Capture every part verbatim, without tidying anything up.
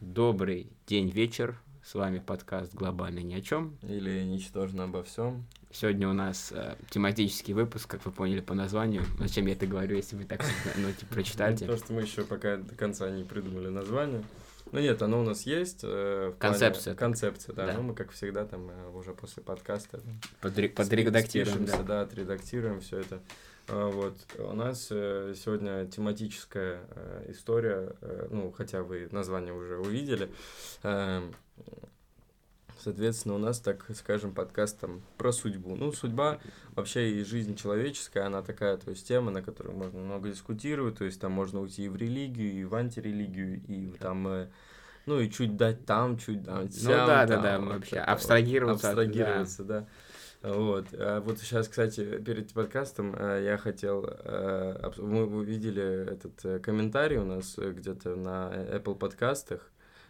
Добрый день, вечер. С вами подкаст «Глобально ни о чем». Или «Ничтожно обо всем». Сегодня у нас э, тематический выпуск, как вы поняли по названию. Зачем я это говорю, если вы так ну, типа, прочитаете? Потому что мы еще пока до конца не придумали название. Ну нет, оно у нас есть. Э, в концепция. Плане... Концепция, да. да. Ну мы, как всегда, там э, уже после подкаста Подре- подредактируем. Спишемся, да, отредактируем все это. А, вот. У нас э, сегодня тематическая э, история, э, ну, хотя вы название уже увидели. Э, Соответственно, у нас, так скажем, подкаст там про судьбу. Ну, судьба, вообще и жизнь человеческая, она такая, то есть тема, на которую можно много дискутировать, то есть там можно уйти и в религию, и в антирелигию, и там, э, ну, и чуть дать там, чуть дать сям. Ну, да, да, там, да, вот вообще, это, абстрагироваться. Абстрагироваться, да. да. Вот. А вот сейчас, кстати, перед подкастом я хотел, мы увидели этот комментарий у нас где-то на Apple подкастах.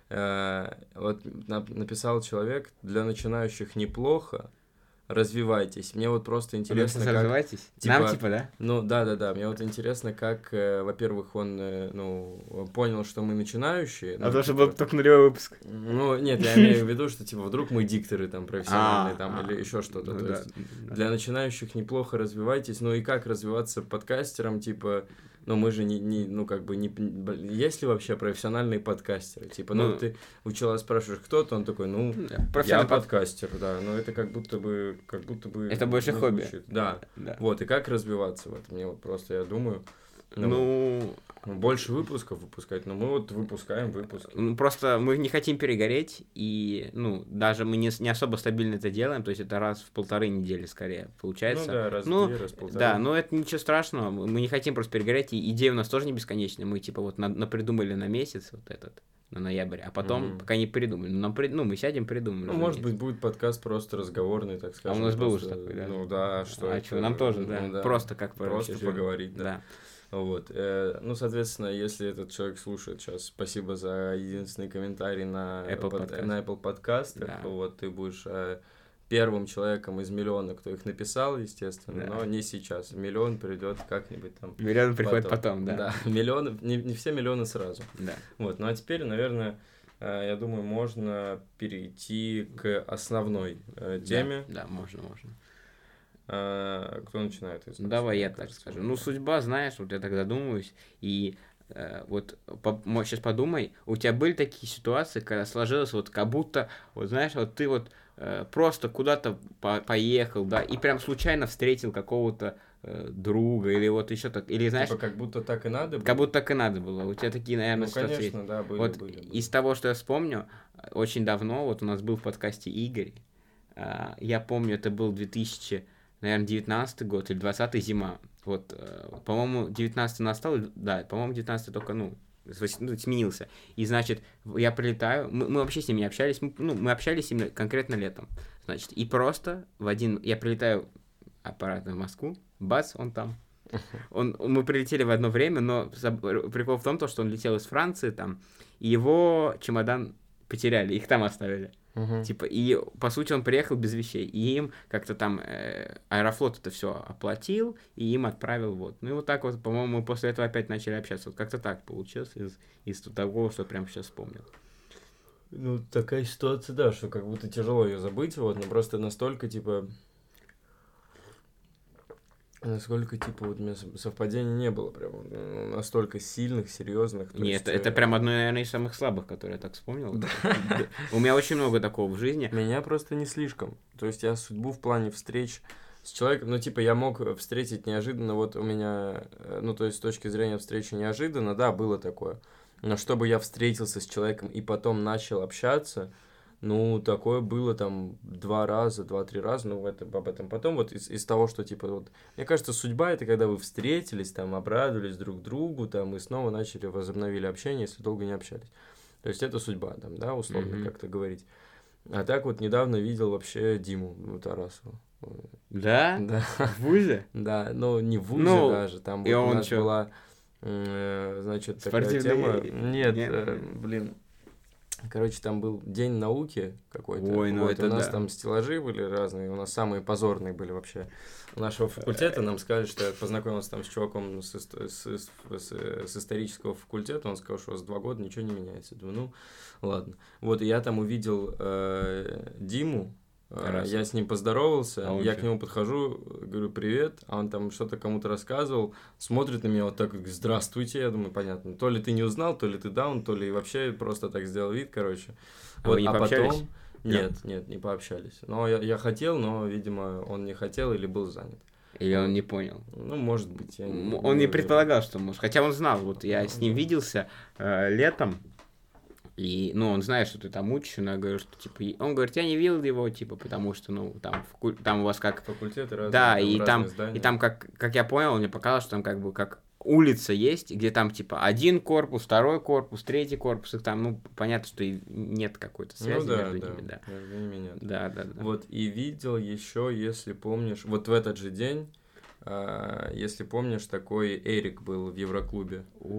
Вот написал человек: для начинающих неплохо, развивайтесь. Мне вот просто интересно, Вы как... развивайтесь? Типа, Нам типа, да? Ну, да-да-да, мне вот интересно, как, во-первых, он, ну, понял, что мы начинающие. А ну, то, типа... что был только нулевой выпуск. Ну, нет, я имею в виду, что, типа, вдруг мы дикторы там профессиональные, там, А, или еще что-то. ну То да, есть да. для начинающих неплохо развивайтесь. Ну, и как развиваться подкастером, типа... Ну, мы же не, не, ну, как бы, не... Есть ли вообще профессиональные подкастеры? Типа, ну, ну ты у человека спрашиваешь, кто-то, он такой, ну, я подкастер, да. Но это как будто бы, как будто бы... Это больше хобби. Звучит. Да. да. Вот, и как развиваться в этом? Мне вот просто, я думаю... Ну... ну... Больше выпусков выпускать, но мы вот выпускаем выпуски. Ну, просто мы не хотим перегореть, и, ну, даже мы не, не особо стабильно это делаем, то есть это раз в полторы недели скорее получается. Ну да, раз ну, в две, раз в полторы. Да, но это ничего страшного, мы не хотим просто перегореть, и идея у нас тоже не бесконечная, мы типа вот на, напридумали на месяц вот этот, на ноябрь, а потом mm-hmm. пока не придумаем, ну, нам при... ну мы сядем, придумаем. Ну, может быть, будет подкаст просто разговорный, так скажем. А у нас был просто... уже такой, да? Ну да, что А это... что, нам тоже, да, ну, да. просто как Просто поговорить, да. да. Вот, э, ну, соответственно, если этот человек слушает сейчас, спасибо за единственный комментарий на Apple, под, подкаст. на Apple подкастах, да. вот, ты будешь э, первым человеком из миллиона, кто их написал, естественно, да. но не сейчас, миллион придет как-нибудь там. Миллион приходит потом, да. Да, миллионы, не, не все миллионы сразу. Да. Вот, ну, а теперь, наверное, э, я думаю, можно перейти к основной э, теме. Да, да, можно, можно. А, кто начинает? Ну, давай я так скажу. Ну, судьба, знаешь, вот я тогда думаюсь, и э, вот по, сейчас подумай, у тебя были такие ситуации, когда сложилось вот как будто, вот знаешь, вот ты вот э, просто куда-то по поехал, да, и прям случайно встретил какого-то э, друга, или вот еще так, или знаешь... Типа как будто так и надо было? Как будто так и надо было. У тебя такие, наверное, ну, ситуации конечно, есть. да, были, вот были, были. Из того, что я вспомню, очень давно, вот у нас был в подкасте Игорь, э, я помню, это был две тысячи... наверное, девятнадцатый год или двадцатый зима. Вот, э, по-моему, девятнадцатый настал, да, по-моему, девятнадцатый только, ну, ну, сменился. И, значит, я прилетаю, мы, мы вообще с ним не общались, мы, ну, мы общались именно конкретно летом, значит, и просто в один, я прилетаю аппаратно в Москву, бац, он там. Он, мы прилетели в одно время, но прикол в том, что он летел из Франции там, и его чемодан потеряли, их там оставили. Uh-huh. Типа, и, по сути, он приехал без вещей, и им как-то там э, Аэрофлот это все оплатил, и им отправил, вот. Ну, и вот так вот, по-моему, мы после этого опять начали общаться. Вот как-то так получилось из, из того, что прям сейчас вспомнил. Ну, такая ситуация, да, что как будто тяжело ее забыть, вот, но просто настолько, типа... Насколько, типа, вот у меня совпадений не было прям настолько сильных, серьезных. Нет, есть, это прям одно, наверное, из самых слабых, которые я так вспомнил. У меня очень много такого в жизни. Меня просто не слишком. То есть я судьбу в плане встреч с человеком, ну, типа, я мог встретить неожиданно, вот у меня, ну, то есть с точки зрения встречи неожиданно, да, было такое. Но чтобы я встретился с человеком и потом начал общаться... Ну, такое было там два раза, два-три раза, ну, это, об этом потом, вот из, из того, что, типа, вот, мне кажется, судьба — это когда вы встретились, там, обрадовались друг другу, там, и снова начали, возобновили общение, если долго не общались. То есть, это судьба, там, да, условно mm-hmm. как-то говорить. А так вот недавно видел вообще Диму ну, Тарасову. Да? Да. В вузе? Да, ну, не в вузе ну, даже, там вот у нас чё? была, э, значит, такая тема. Нет, Нет? Э, блин. Короче, там был день науки какой-то. Ой, ну вот, это у нас да. там стеллажи были разные, у нас самые позорные были вообще. У нашего факультета нам сказали, что я познакомился там с чуваком с, с, с, с, с исторического факультета, он сказал, что у вас два года ничего не меняется. Думаю, ну, ладно. Вот, и я там увидел э, Диму, э, я с ним поздоровался, а я что? к нему подхожу, говорю, привет, а он там что-то кому-то рассказывал, смотрит на меня вот так, как, здравствуйте, я думаю, понятно, то ли ты не узнал, то ли ты даун, то ли вообще просто так сделал вид, короче. А вот, вы не а пообщались? потом... Нет, нет, не пообщались. Но я, я хотел, но, видимо, он не хотел или был занят. Или он не понял? Ну, может быть. Я не, Он не не предполагал, что может. Хотя он знал, вот я Ну, с ним да. виделся э, летом, и, ну, он знает, что ты там учишь, но я говорю, что, типа, и- он говорит, я не видел его, типа, потому что, ну, там, факу- там у вас как... Факультеты разные, Да, там и разные там, здания. и там, как, как я понял, мне показалось, что там как бы как улица есть, где там типа один корпус, второй корпус, третий корпус, их там, ну, понятно, что и нет какой-то связи ну, да, между да, ними, да. между ними нет. Да, да, да. Вот, и видел еще, если помнишь, вот в этот же день, а, если помнишь, такой Эрик был в Евроклубе.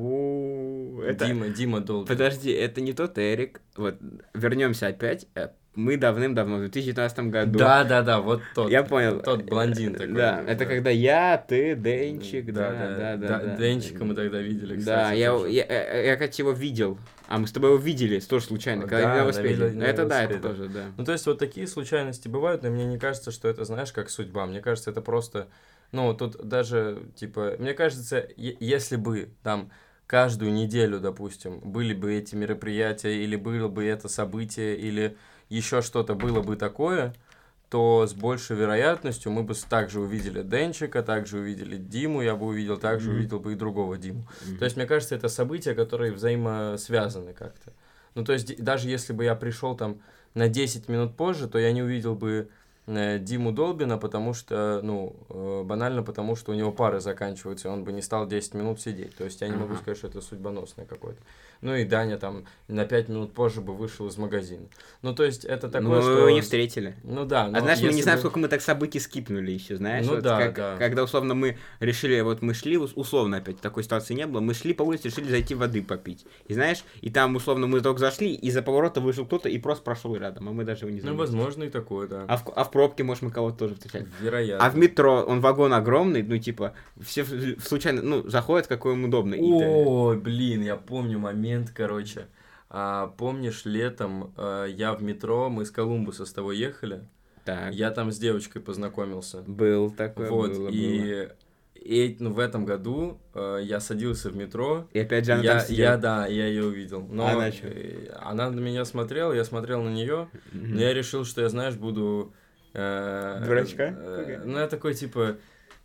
У, это... Дима, Дима Долбин. Подожди, это не тот Эрик. Вот, вернемся опять. Э, Мы давным-давно, в две тысячи девятнадцатом году. Да, да, да, вот тот. Я понял. Тот блондин такой. Да, это когда я, ты, Денчик, да, да, да. да, да. Денчика мы тогда видели, кстати. Да, я, тоже. я, я, я, кстати, его видел. А мы с тобой его видели, тоже случайно, когда Да, на велосипеде. на вело- на Это да, это велосипеде. тоже, да. Ну, то есть, вот такие случайности бывают, но мне не кажется, что это, знаешь, как судьба. Мне кажется, это просто... Ну, тут даже, типа... Мне кажется, е- если бы там каждую неделю, допустим, были бы эти мероприятия, или было бы это событие, или еще что-то было бы такое, то с большей вероятностью мы бы также увидели Денчика, также увидели Диму, я бы увидел, также Мгм. увидел бы и другого Диму. Мгм. То есть, мне кажется, это события, которые взаимосвязаны как-то. Ну, то есть, д- даже если бы я пришел там на десять минут позже, то я не увидел бы э, Диму Долбина, потому что, ну, э, банально потому, что у него пары заканчиваются, и он бы не стал десять минут сидеть. То есть, я не могу Ага. сказать, что это судьбоносное какое-то. Ну, и Даня там на пять минут позже бы вышел из магазина. Ну, то есть, это Ну, такое, мы что... его не встретили. Ну, да, но А знаешь, мы не если знаем, бы- сколько мы так событий скипнули еще, знаешь? Ну вот да, как- да. Когда, условно, мы решили, вот мы шли, ус- условно опять, такой ситуации не было, мы шли по улице, решили зайти воды попить. И знаешь, и там, условно, мы только зашли, и за поворота вышел кто-то и просто прошел рядом, а мы даже его не Ну, заметили. возможно, и такое, да. А в, а в пробке, может, мы кого-то тоже встречали. Вероятно. А в метро, он вагон огромный, ну, типа, все в- в- случайно, ну, заходят, какой им удобно. и ты- Ой, блин, я помню момент, короче. А, помнишь, летом а, я в метро, мы с Колумбуса с тобой ехали, Так, я там с девочкой познакомился. был такое, вот, было, было. и, и, ну, в этом году а, я садился в метро, И опять же она я, там сидела. я, да, я ее увидел. Но Она чё? э, она на меня смотрела, я смотрел на нее, Мгм. но я решил, что я, знаешь, буду... э, Дурачка? э, ну, я такой, типа...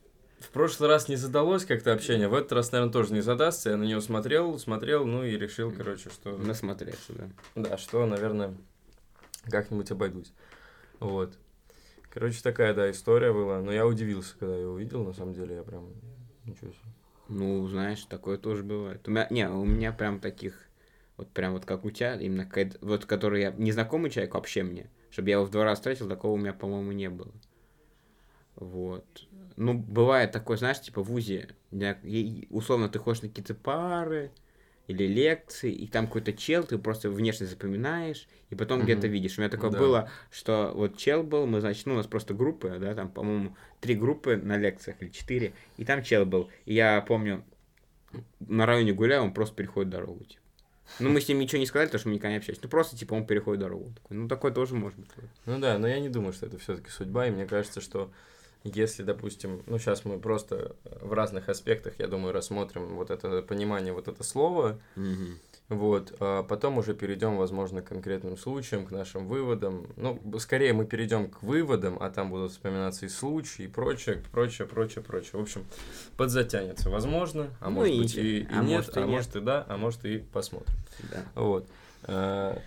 В прошлый раз не задалось как-то общение, в этот раз, наверное, тоже не задастся. Я на нее смотрел, смотрел, ну и решил, короче, что... Насмотреться, да. Да, что, наверное, как-нибудь обойдусь. Вот. Короче, такая, да, история была. Но я удивился, когда я увидел, на самом деле, я прям... Ничего себе. Ну, знаешь, такое тоже бывает. У меня, не, у меня прям таких, вот прям вот как у тебя, именно какая-то- вот который я незнакомый человек вообще мне, чтобы я его в два раза встретил, такого у меня, по-моему, не было. Вот. Ну, бывает такое, знаешь, типа в ВУЗе, да, и- условно, ты ходишь на какие-то пары или лекции, и там какой-то чел, ты просто внешне запоминаешь, и потом Мгм. где-то видишь. У меня такое Да. было, что вот чел был, мы, значит, ну, у нас просто группы, да, там, по-моему, три группы на лекциях или четыре, и там чел был. И я помню, на районе гуляю, он просто переходит дорогу, типа. Ну, мы с ним ничего не сказали, потому что мы никогда не общались. Ну, просто, типа, он переходит дорогу. Такой, ну, такое тоже может быть. Ну да, но я не думаю, что это все-таки судьба, и мне кажется, что если, допустим, ну сейчас мы просто в разных аспектах, я думаю, рассмотрим вот это понимание, вот это слово, Мгм. вот, а потом уже перейдем, возможно, к конкретным случаям, к нашим выводам. Ну, б- скорее мы перейдем к выводам, а там будут вспоминаться и случаи, и прочее, прочее, прочее, прочее. В общем, подзатянется, возможно, а Ну может и быть ничего. и, и А нет, может, и а нет. может и да, а может и посмотрим. Да. Вот. А,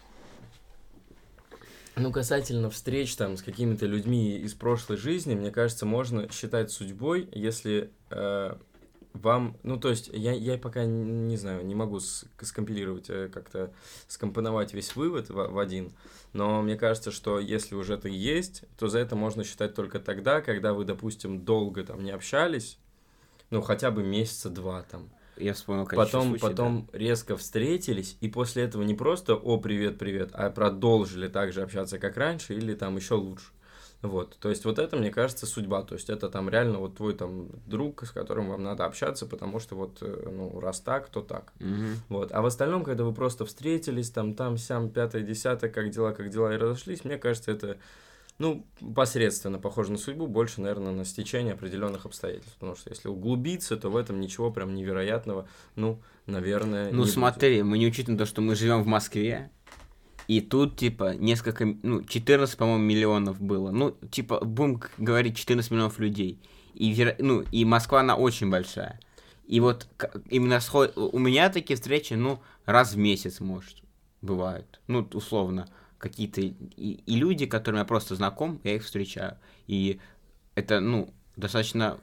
Ну, касательно встреч там с какими-то людьми из прошлой жизни, мне кажется, можно считать судьбой, если э, вам, ну, то есть, я, я пока н- не знаю, не могу с- скомпилировать, э, как-то скомпоновать весь вывод в, в один, но мне кажется, что если уже это есть, то за это можно считать только тогда, когда вы, допустим, долго там не общались, ну, хотя бы месяца два там, Я вспомнил, конечно, потом, случай, потом да. резко встретились, и после этого не просто «О, привет, привет», а продолжили так же общаться, как раньше, или там еще лучше. Вот, то есть вот это, мне кажется, судьба, то есть это там реально вот твой там друг, с которым вам надо общаться, потому что вот, ну, раз так, то так. Угу. Вот, а в остальном, когда вы просто встретились, там, там, сям, пятое, десятое, как дела, как дела, и разошлись, мне кажется, это, ну, посредственно похоже на судьбу, больше, наверное, на стечение определенных обстоятельств, потому что если углубиться, то в этом ничего прям невероятного, ну, наверное, Ну не смотри, будет. мы не учитываем то, что мы живем в Москве, и тут, типа, несколько, ну, четырнадцать, по-моему, миллионов было. Ну, типа, будем говорить, четырнадцать миллионов людей. И, веро... ну, и Москва, она очень большая. И вот именно сход... у меня такие встречи, ну, раз в месяц, может, бывают. Ну, условно, какие-то... И, и люди, которым я просто знаком, я их встречаю. И это, ну, достаточно,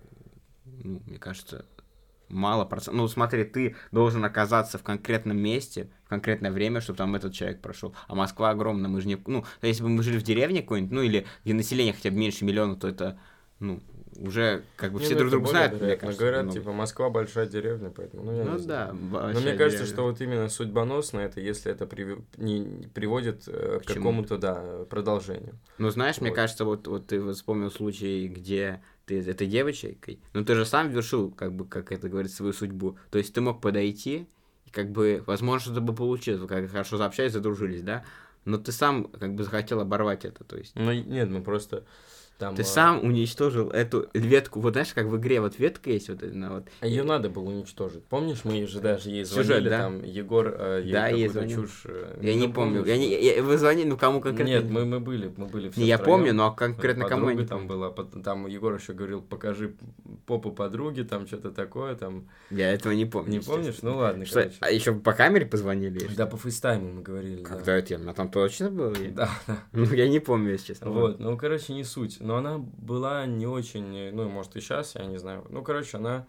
ну, мне кажется... мало процентов. Ну, смотри, ты должен оказаться в конкретном месте, в конкретное время, чтобы там этот человек прошел. А Москва огромная, мы же не... Ну, если бы мы жили в деревне какой-нибудь, ну, или где население хотя бы меньше миллиона, то это, ну, уже как бы Не, все ну, друг это друга более знают, мне вероятно. кажется. Говорят, много. типа, Москва большая деревня, поэтому, ну, я Ну не знаю. да, Но мне кажется, деревня. что вот именно судьбоносно это, если это при... не приводит э, к, к какому-то, да, продолжению. Ну, знаешь, вот. Мне кажется, вот, вот ты вот вспомнил случай, где ты с этой девочкой, ну, ты же сам вершил, как бы, как это говорит, свою судьбу. То есть ты мог подойти, и как бы, возможно, что-то бы получилось, вы как хорошо заобщались, задружились, да? Но ты сам, как бы, захотел оборвать это, то есть... Ну, нет, мы просто... Там, Ты а... сам уничтожил эту ветку. Вот знаешь, как в игре вот ветка есть, вот она вот. А ее надо было уничтожить. Помнишь, мы же даже ей звонили, Сюжет, да? там Егор э, ей Да, ей какую-то звонил. чушь. Э, Я ну, не помню. помнишь? Я не, я, вы звонили, ну кому конкретно? Нет, мы, мы были, мы были все Не, я втроём. помню, но конкретно кому я не там помню. была, там Егор еще говорил, покажи попу подруги, там что-то такое, там. Я этого не помню. Не помнишь? Ну ладно, что, короче. А еще по камере позвонили? Да, по фейстайму мы говорили. Когда да. это? А там точно было? Да, да. Ну, я не помню, если честно. Вот, ну, короче, не суть. Но она была не очень, ну, может, и сейчас, я не знаю. Ну, короче, она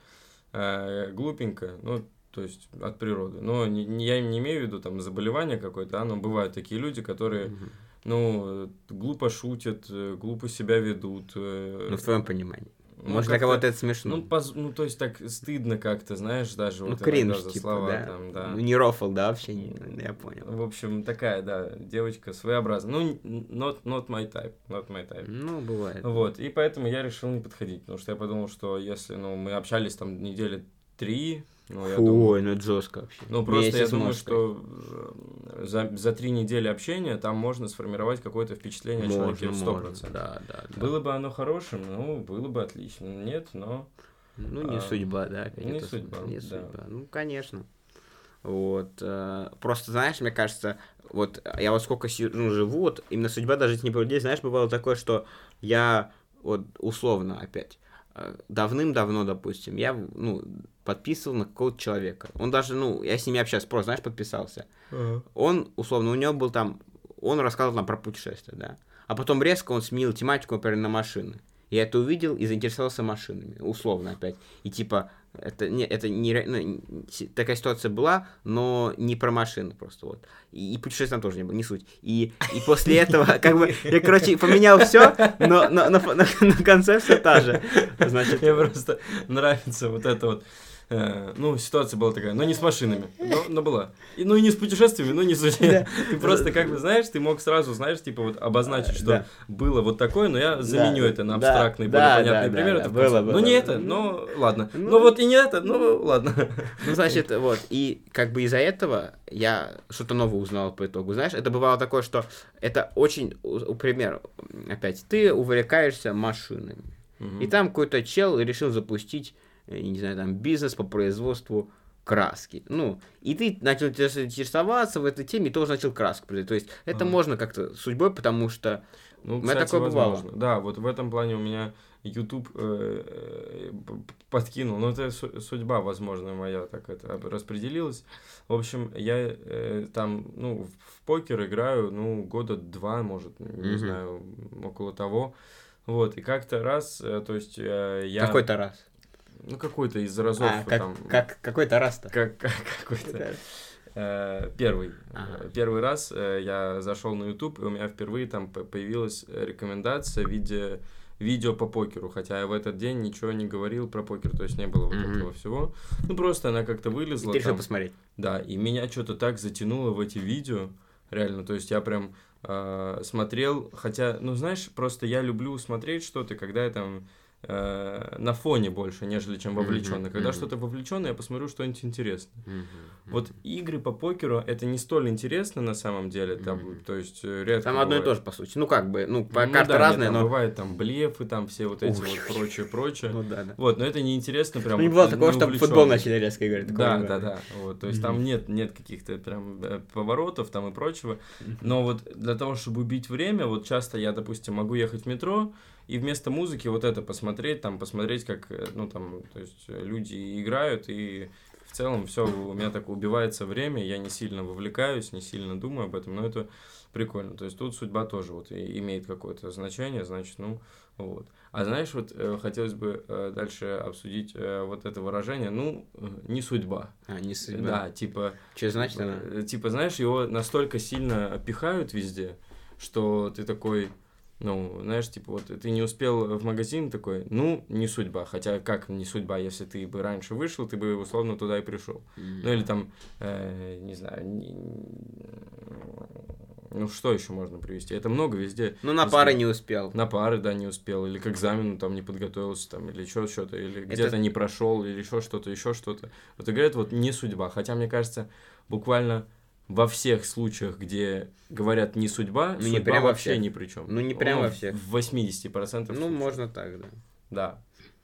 э, глупенькая, ну, то есть от природы. Но не, не, я не имею в виду там заболевание какое-то, а, но бывают такие люди, которые, Угу. ну, глупо шутят, глупо себя ведут. Э, Ну, в твоем понимании. ну, Может, для кого-то это смешно. Ну, поз... ну, то есть, так стыдно как-то, знаешь, даже ну вот кринж, за типа, слова да? там, да. Ну, не рофл, да, вообще, не, я понял. В общем, такая, да, девочка своеобразная. Ну, not, not my type, not my type. Ну, бывает. Вот, и поэтому я решил не подходить, потому что я подумал, что если, ну, мы общались там недели три, ну, я Фу, думаю... Ой, ну это жестко вообще. Ну, просто Месяц я думаю, может что за, за три недели общения там можно сформировать какое-то впечатление о человеке в сто процентов. Да, да, да. Было бы оно хорошим, ну, было бы отлично. Нет, но... Ну, не а, судьба, да. Не судьба, Не да. судьба. Ну, конечно. Вот. Э, просто, знаешь, мне кажется, вот я вот сколько сижу, ну, живу, вот именно судьба даже не по людей, знаешь, бывало такое, что я вот условно опять давным-давно, допустим, я, ну, подписывал на какого-то человека. Он даже, ну, я с ними общался, просто, знаешь, подписался. Uh-huh. Он, условно, у него был там, он рассказывал нам про путешествия, да. А потом резко он сменил тематику, например, на машины. Я это увидел и заинтересовался машинами, условно опять. И типа, это не, это не, ну, такая ситуация была, но не про машины просто вот. И, и путешествия там тоже не было, не суть. И, и после этого, как бы, я, короче, поменял все, но, но, но, но, но концепция та же. Значит, мне просто нравится вот это вот. Ну, ситуация была такая, но не с машинами, но, но была. И, ну, и не с путешествиями, но не с... Да. Ты просто, как бы, знаешь, ты мог сразу, знаешь, типа, вот обозначить, что да. было вот такое, но я заменю да. это на абстрактный, да, более да, понятный да, пример. Да, это да, было, было, ну, не было. это, ну, ладно. Ну, ну, вот и не это, ну, ладно. Ну, значит, вот, и как бы из-за этого я что-то новое узнал по итогу. Знаешь, это бывало такое, что это очень, к примеру, опять, ты увлекаешься машинами, угу. и там какой-то чел решил запустить, я не знаю, там, бизнес по производству краски. Ну, и ты начал интересоваться в этой теме, и тоже начал краску производить. То есть, это а. можно как-то судьбой, потому что ну, у меня такое возможно. бывало. Да, вот в этом плане у меня YouTube э, подкинул. Но это судьба, возможно, моя так это распределилась. В общем, я э, там, ну, в покер играю, ну, года два, может, не mm-hmm. знаю, около того. Вот, и как-то раз, э, то есть, э, я... Какой-то раз? Ну, какой-то из разов. А, как, там, как, какой-то раз-то? Как, как, какой-то. Э, первый. Ага. Первый раз э, я зашел на YouTube, и у меня впервые там появилась рекомендация в виде видео по покеру, хотя я в этот день ничего не говорил про покер, то есть не было вот Мгм. этого всего. Ну, просто она как-то И вылезла ты решил там. посмотреть. Да, и меня что-то так затянуло в эти видео, реально, то есть я прям э, смотрел, хотя, ну, знаешь, просто я люблю смотреть что-то, когда я там э, на фоне больше, нежели чем вовлеченный. Мгм, Когда мгм. что-то вовлеченное, я посмотрю что-нибудь интересное. Мгм, Вот мгм. игры по покеру, это не столь интересно на самом деле, там, Мгм. то есть э, редко Там одно и бывает. то же, по сути. Ну, как бы, ну, по- Ну карты да, нет, разные, там но... бывает там блефы, там все вот эти Ой, вот прочее, прочее. Ну, да, да. Вот, но это неинтересно прям Ну, не вот было такого, что в футбол увлечённо. начали резко играть. такого Да, не да, было. да. Вот, то есть Мгм. там нет, нет каких-то прям э, поворотов там и прочего. Мгм. Но вот для того, чтобы убить время, вот часто я, допустим, могу ехать в метро и вместо музыки вот это посмотреть, там, посмотреть, как, э, ну, там, то есть э, люди играют, и в целом все у меня так убивается время, я не сильно вовлекаюсь, не сильно думаю об этом, но это прикольно. То есть тут судьба тоже вот и- имеет какое-то значение, значит, ну, вот. А знаешь, вот э, хотелось бы э, дальше обсудить э, вот это выражение, ну, э, не судьба. А, не судьба. Да, типа, Что значит она? э, типа, знаешь, его настолько сильно пихают везде, что ты такой, ну, знаешь, типа, вот ты не успел в магазин такой, ну, не судьба. Хотя, как не судьба, если ты бы раньше вышел, ты бы условно туда и пришел. Ну, или там, э, не знаю, не- ну, что еще можно привести? Это много везде. Ну, на Если- пары не успел. На пары, да, не успел, или к экзамену там не подготовился, там, или еще что-то, или где-то не прошел, или еще что-то, еще что-то. Вот и говорят, вот не судьба. Хотя, мне кажется, буквально во всех случаях, где говорят не судьба, Ну, не судьба прям во вообще всех. ни при чем. Ну, не прям во всех. В восемьдесят процентов Ну, случаев. можно так, да. Да.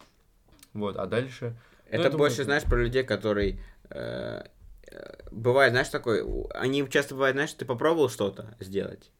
Вот, а дальше... Это я думаю, больше, это- знаешь, про людей, которые... э, э, бывает, знаешь, такой... у- Они часто бывает, знаешь, ты попробовал что-то сделать,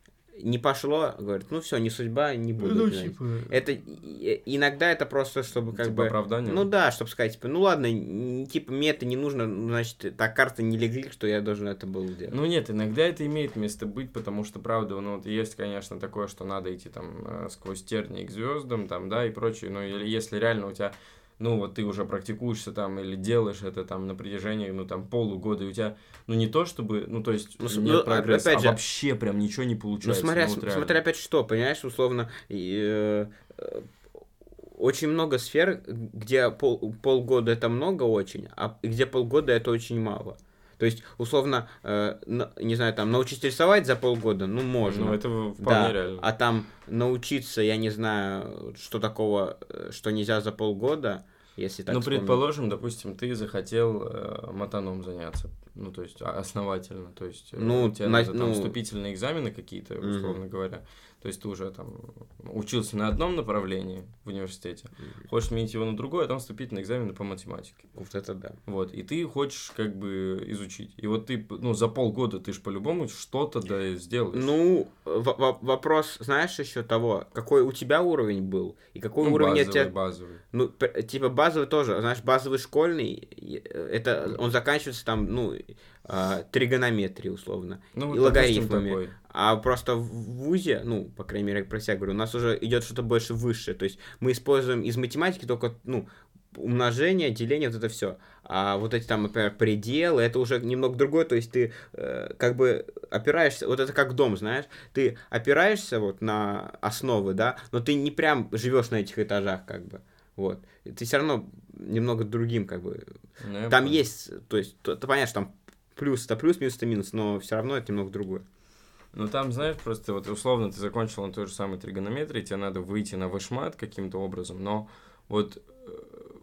не пошло, говорят, ну все, не судьба, не буду. Ну, делать. типа... Это и- и- иногда это просто, чтобы как Типа бы... оправдание? Ну да, чтобы сказать, типа, ну ладно, н- типа, мне это не нужно, ну, значит, так карты не легли, что я должен это был делать. Ну нет, иногда это имеет место быть, потому что, правда, ну вот есть, конечно, такое, что надо идти там э, сквозь тернии к звездам, там, да, и прочее, но или если реально у тебя, ну вот ты уже практикуешься там или делаешь это там на протяжении, ну там полугода, и у тебя, ну не то чтобы, ну то есть Ну, с- нет ну, прогресса, опять а же- вообще прям ничего не Ну, получается. смотря, ну, вот реально. смотря опять что, понимаешь, условно, и, э, э, очень много сфер, где пол, полгода это много очень, а где полгода это очень мало. То есть, условно, э, на- не знаю, там, научиться рисовать за полгода, ну, можно. Ну это вполне Да, реально. а там научиться, я не знаю, что такого, э, что нельзя за полгода, если так Ну, вспомнить. предположим, допустим, ты захотел э, матаном заняться, ну, то есть, а- основательно, то есть, э, Ну, у тебя на- надо там ну- вступительные экзамены какие-то, Мгм. условно говоря, то есть, ты уже там учился на одном направлении в университете, Мгм. хочешь сменить его на другое, а там вступительные экзамены по математике, Вот это да. вот, и ты хочешь, как бы, изучить, и вот ты, ну, за полгода ты же по-любому что-то да сделаешь. Ну, в- в- вопрос, знаешь, еще того, какой у тебя уровень был, и какой Ну, уровень у базовый, тебя... базовый. Ну, п- типа базовый тоже, знаешь, базовый школьный, и, э, это он заканчивается там, ну, э, тригонометрией условно, Ну, и вот, допустим, логарифмами. такой. А просто в ВУЗе, ну, по крайней мере, про себя говорю, у нас уже идет что-то больше высшее. То есть мы используем из математики только, ну, умножение, деление, вот это все. А вот эти там, например, пределы, это уже немного другое. То есть ты э, как бы опираешься, вот это как дом, знаешь, ты опираешься вот на основы, да, но ты не прям живешь на этих этажах, как бы. Вот. И ты все равно немного другим, как бы. Ну, я Там понял. есть, то есть, то, то понятно, что там плюс это плюс, минус это минус, но все равно это немного другое. Ну, там, знаешь, просто вот условно ты закончил на той же самой тригонометрии, тебе надо выйти на вышмат каким-то образом, но вот э,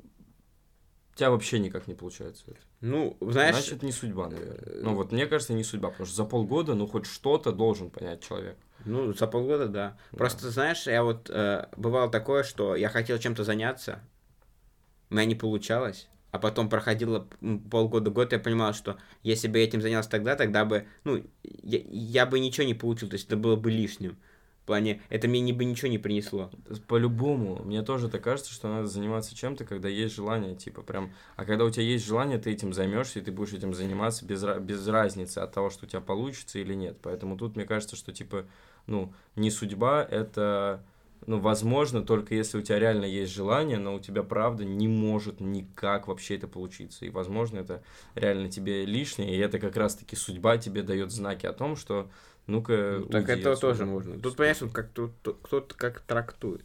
у тебя вообще никак не получается это. Ну, знаешь, Значит, не судьба, наверное. Ну, вот мне кажется, не судьба, потому что за полгода, ну, хоть что-то должен понять человек. ну, за полгода, да. Да. Просто, знаешь, я вот э, бывало такое, что я хотел чем-то заняться, у меня не получалось, а потом проходило м, полгода-год, я понимал, что если бы я этим занялся тогда, тогда бы, ну, я, я бы ничего не получил, то есть это было бы лишним. В плане, это мне не бы ничего не принесло. По-любому, мне тоже так кажется, что надо заниматься чем-то, когда есть желание, типа, прям... А когда у тебя есть желание, ты этим займешься, и ты будешь этим заниматься без, ra- без разницы от того, что у тебя получится или нет. Поэтому тут мне кажется, что, типа, ну, не судьба, это... Ну, возможно, только если у тебя реально есть желание, но у тебя, правда, не может никак вообще это получиться. И, возможно, это реально тебе лишнее, и это как раз-таки судьба тебе дает знаки о том, что ну-ка, Ну, так уйди это отсюда. тоже можно. Тут, понимаешь, вот как тут, тут- кто-то как трактует.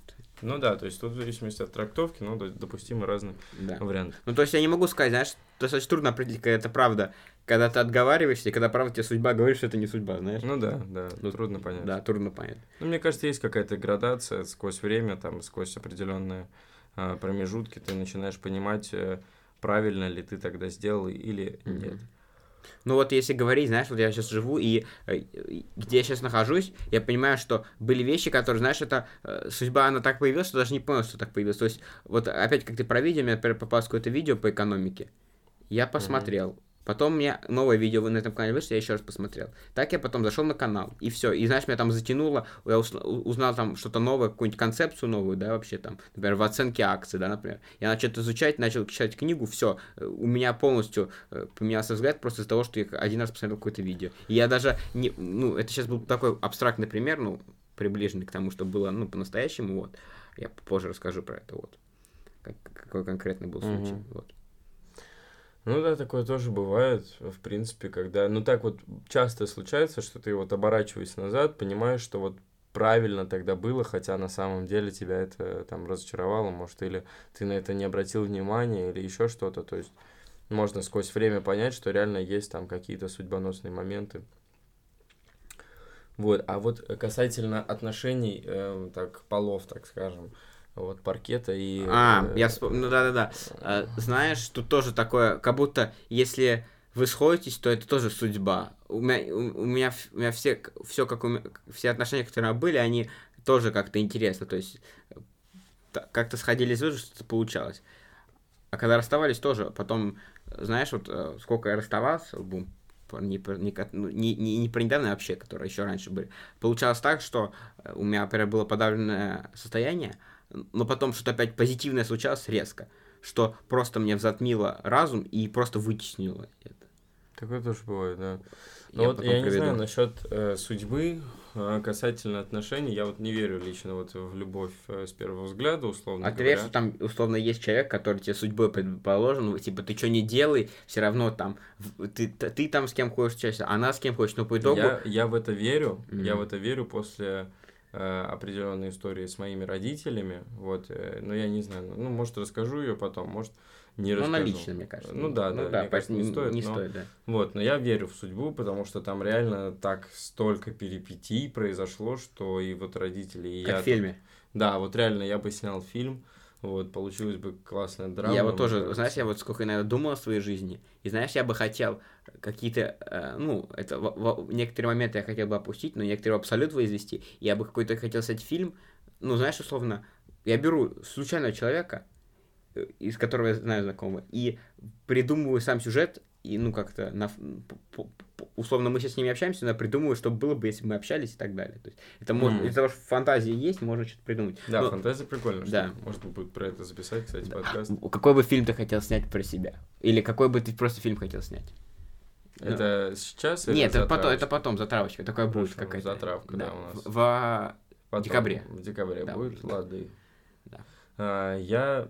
Ну да, то есть тут в зависимости от трактовки, ну, допустимы разные Да. варианты. Ну, то есть я не могу сказать, знаешь, достаточно трудно определить, когда это правда, когда ты отговариваешься, и когда правда тебе судьба говорит, что это не судьба, знаешь? Ну да, да, Ну, трудно понять. Да, трудно понять. Ну, мне кажется, есть какая-то градация сквозь время, там, сквозь определенные а, промежутки, ты начинаешь понимать, э, правильно ли ты тогда сделал или нет. Ну вот если говорить, знаешь, вот я сейчас живу, и, и где я сейчас нахожусь, я понимаю, что были вещи, которые, знаешь, это э, судьба, она так появилась, что даже не понял, что так появилось. То есть, вот опять, как ты про видео, мне, например, попалось какое-то видео по экономике, я посмотрел. Mm-hmm. Потом у меня новое видео на этом канале вышло, я еще раз посмотрел. Так я потом зашел на канал, и все. И знаешь, меня там затянуло, я узнал там что-то новое, какую-нибудь концепцию новую, да, вообще там, например, в оценке акций, да, например. Я начал это изучать, начал читать книгу, все. У меня полностью поменялся взгляд просто из-за того, что я один раз посмотрел какое-то видео. И я даже, не, ну, это сейчас был такой абстрактный пример, ну, приближенный к тому, что было, ну, по-настоящему, вот. Я позже расскажу про это, вот. Как, какой конкретно был случай, mm-hmm. вот. Ну да, такое тоже бывает, в принципе, когда... Ну так вот часто случается, что ты вот оборачиваясь назад, понимаешь, что вот правильно тогда было, хотя на самом деле тебя это там разочаровало, может, или ты на это не обратил внимания, или еще что-то. То есть можно сквозь время понять, что реально есть там какие-то судьбоносные моменты. Вот, а вот касательно отношений, э, так, полов, так скажем, вот, паркета и... А, я вспомнил, ну да-да-да. А, знаешь, тут тоже такое, как будто, если вы сходитесь, то это тоже судьба. У меня, у, у меня, у меня все, все, как у меня, все отношения, которые были, они тоже как-то интересно, то есть как-то сходились в что-то получалось. А когда расставались, тоже, потом, знаешь, вот сколько я расставался, бум, не, не, не, не про недавно вообще, которые еще раньше были, получалось так, что у меня, например, было подавленное состояние, но потом что-то опять позитивное случалось резко, что просто мне затмило разум и просто вытеснило это. Такое тоже бывает, да. Но я вот я приведу. Не знаю насчет э, судьбы, э, касательно отношений, я вот не верю лично вот в любовь э, с первого взгляда, условно а говоря. А ты веришь, что там условно есть человек, который тебе судьбой предположен, типа ты что не делай, все равно там, ты, ты, ты там с кем хочешь чаще, она с кем хочешь, но по итогу... Я, я в это верю, mm-hmm. я в это верю после... определенные истории с моими родителями, вот, но я не знаю, ну, может, расскажу ее потом, может, не расскажу. Ну, она лично, мне кажется. Ну, да, ну, да, да, мне кажется, не, не стоит, не но, стоит, да. Вот, но я верю в судьбу, потому что там реально так столько перипетий произошло, что и вот родители, и как я... в фильме. Тут, да, вот реально я бы снял фильм, вот, получилась бы классная драма. Я вот тоже, кажется. Знаешь, я вот сколько, наверное, думал о своей жизни, и, знаешь, я бы хотел какие-то, э, ну, это в, в, некоторые моменты я хотел бы опустить, но некоторые в абсолют возвести, я бы какой-то хотел снять фильм, ну, знаешь, условно, я беру случайного человека, из которого я знаю знакомого, и придумываю сам сюжет, и, ну, как-то, на, условно, мы сейчас с ними общаемся, но я придумываю, что было бы, если бы мы общались и так далее. То есть, это можно, mm. из-за того, что фантазия есть, можно что-то придумать. Да, но, фантазия прикольная, да. Что можно будет про это записать, кстати, да. подкаст. А какой бы фильм ты хотел снять про себя? Или какой бы ты просто фильм хотел снять? Это ну. сейчас или Нет, это потом, это потом, затравочка, такая Хорошо, будет какая-то. Затравка, да, да у нас. В, в потом, декабре. В декабре да, будет, да. Ладно. Да. А, я,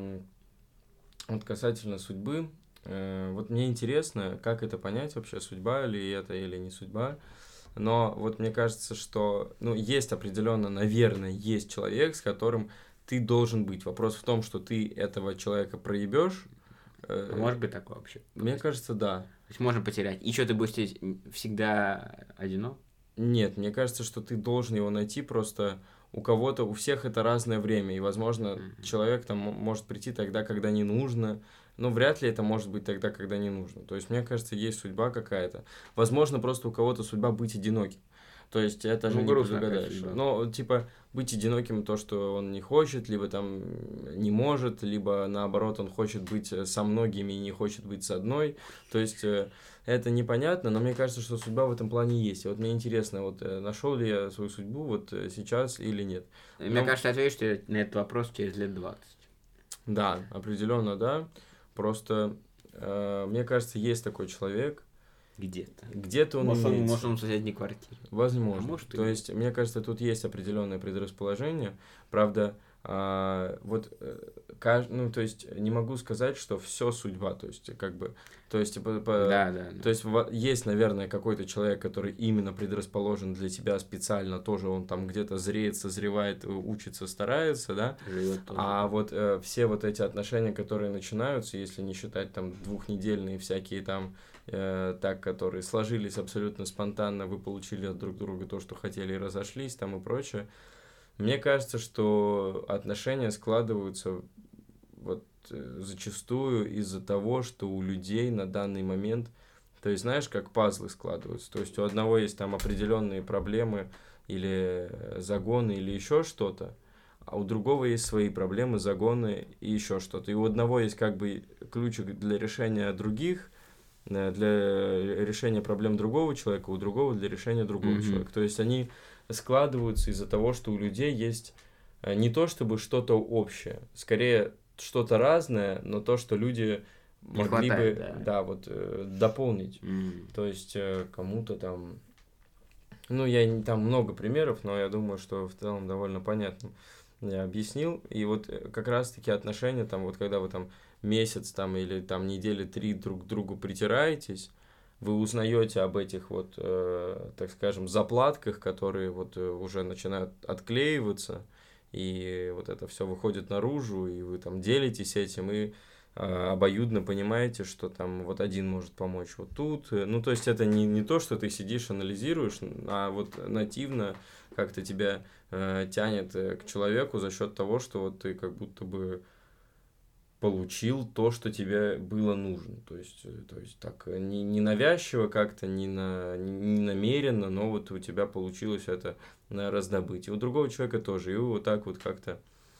вот касательно судьбы, вот мне интересно, как это понять вообще, судьба ли это или не судьба. Но вот мне кажется, что, ну, есть определенно, наверное, есть человек, с которым ты должен быть. Вопрос в том, что ты этого человека проебешь. А может быть такое вообще? Мне кажется, да. То есть можно потерять. И что, ты будешь всегда одинок? Нет, мне кажется, что ты должен его найти просто... У кого-то, у всех это разное время, и, возможно, mm-hmm. человек там может прийти тогда, когда не нужно, но вряд ли это может быть тогда, когда не нужно. То есть, мне кажется, есть судьба какая-то. Возможно, просто у кого-то судьба быть одиноким. То есть, это же ну, не предугадаешь. Но, типа, быть одиноким, то, что он не хочет, либо там не может, либо, наоборот, он хочет быть со многими и не хочет быть с одной. То есть... Это непонятно, но мне кажется, что судьба в этом плане есть. И вот мне интересно, вот нашел ли я свою судьбу вот сейчас или нет. Мне но... кажется, ответишь ты на этот вопрос через лет двадцать. Да, определенно, да. Просто, э, мне кажется, есть такой человек. Где-то. Где-то он может, имеется. Может, он в соседней квартире. Возможно. А может, То есть, мне кажется, тут есть определенное предрасположение. Правда, а, вот, э, каж- ну, то есть, не могу сказать, что все судьба, то есть, как бы, то есть, по- по- Да, да, да. то есть, во- есть, наверное, какой-то человек, который именно предрасположен для тебя специально, тоже он там где-то зреет, созревает, э, учится, старается, да, Живет тоже. а вот э, все вот эти отношения, которые начинаются, если не считать там двухнедельные всякие там, э, так, которые сложились абсолютно спонтанно, вы получили от друг друга то, что хотели, и разошлись там и прочее. Мне кажется, что отношения складываются вот э, зачастую из-за того, что у людей на данный момент, то есть знаешь, как пазлы складываются, то есть у одного есть там определенные проблемы или э, загоны или еще что-то, а у другого есть свои проблемы, загоны и еще что-то. И у одного есть как бы ключик для решения других, э, для решения проблем другого человека, у другого для решения другого Мгм. человека. То есть они складываются из-за того, что у людей есть э, не то чтобы что-то общее, скорее что-то разное, но то, что люди Не могли хватает, бы, да. да, вот э, дополнить. М. То есть э, кому-то там, ну я не- там много примеров, но я думаю, что в целом довольно понятно я объяснил. И вот э, как раз-таки отношения там, вот когда вы там месяц там или там недели три друг к другу притираетесь, вы узнаете об этих вот, э, так скажем, заплатках, которые вот э, уже начинают отклеиваться, и вот это все выходит наружу, и вы там делитесь этим, и э, обоюдно понимаете, что там вот один может помочь вот тут. Э, Ну, то есть это не, не то, что ты сидишь, анализируешь, а вот нативно как-то тебя э, тянет э, к человеку за счет того, что вот ты как будто бы получил то, что тебе было нужно. То есть, э, то есть так э, не, не навязчиво как-то, не, на, не, не намеренно, но вот у тебя получилось это э, раздобыть. И у другого человека тоже. И вы вот так вот как-то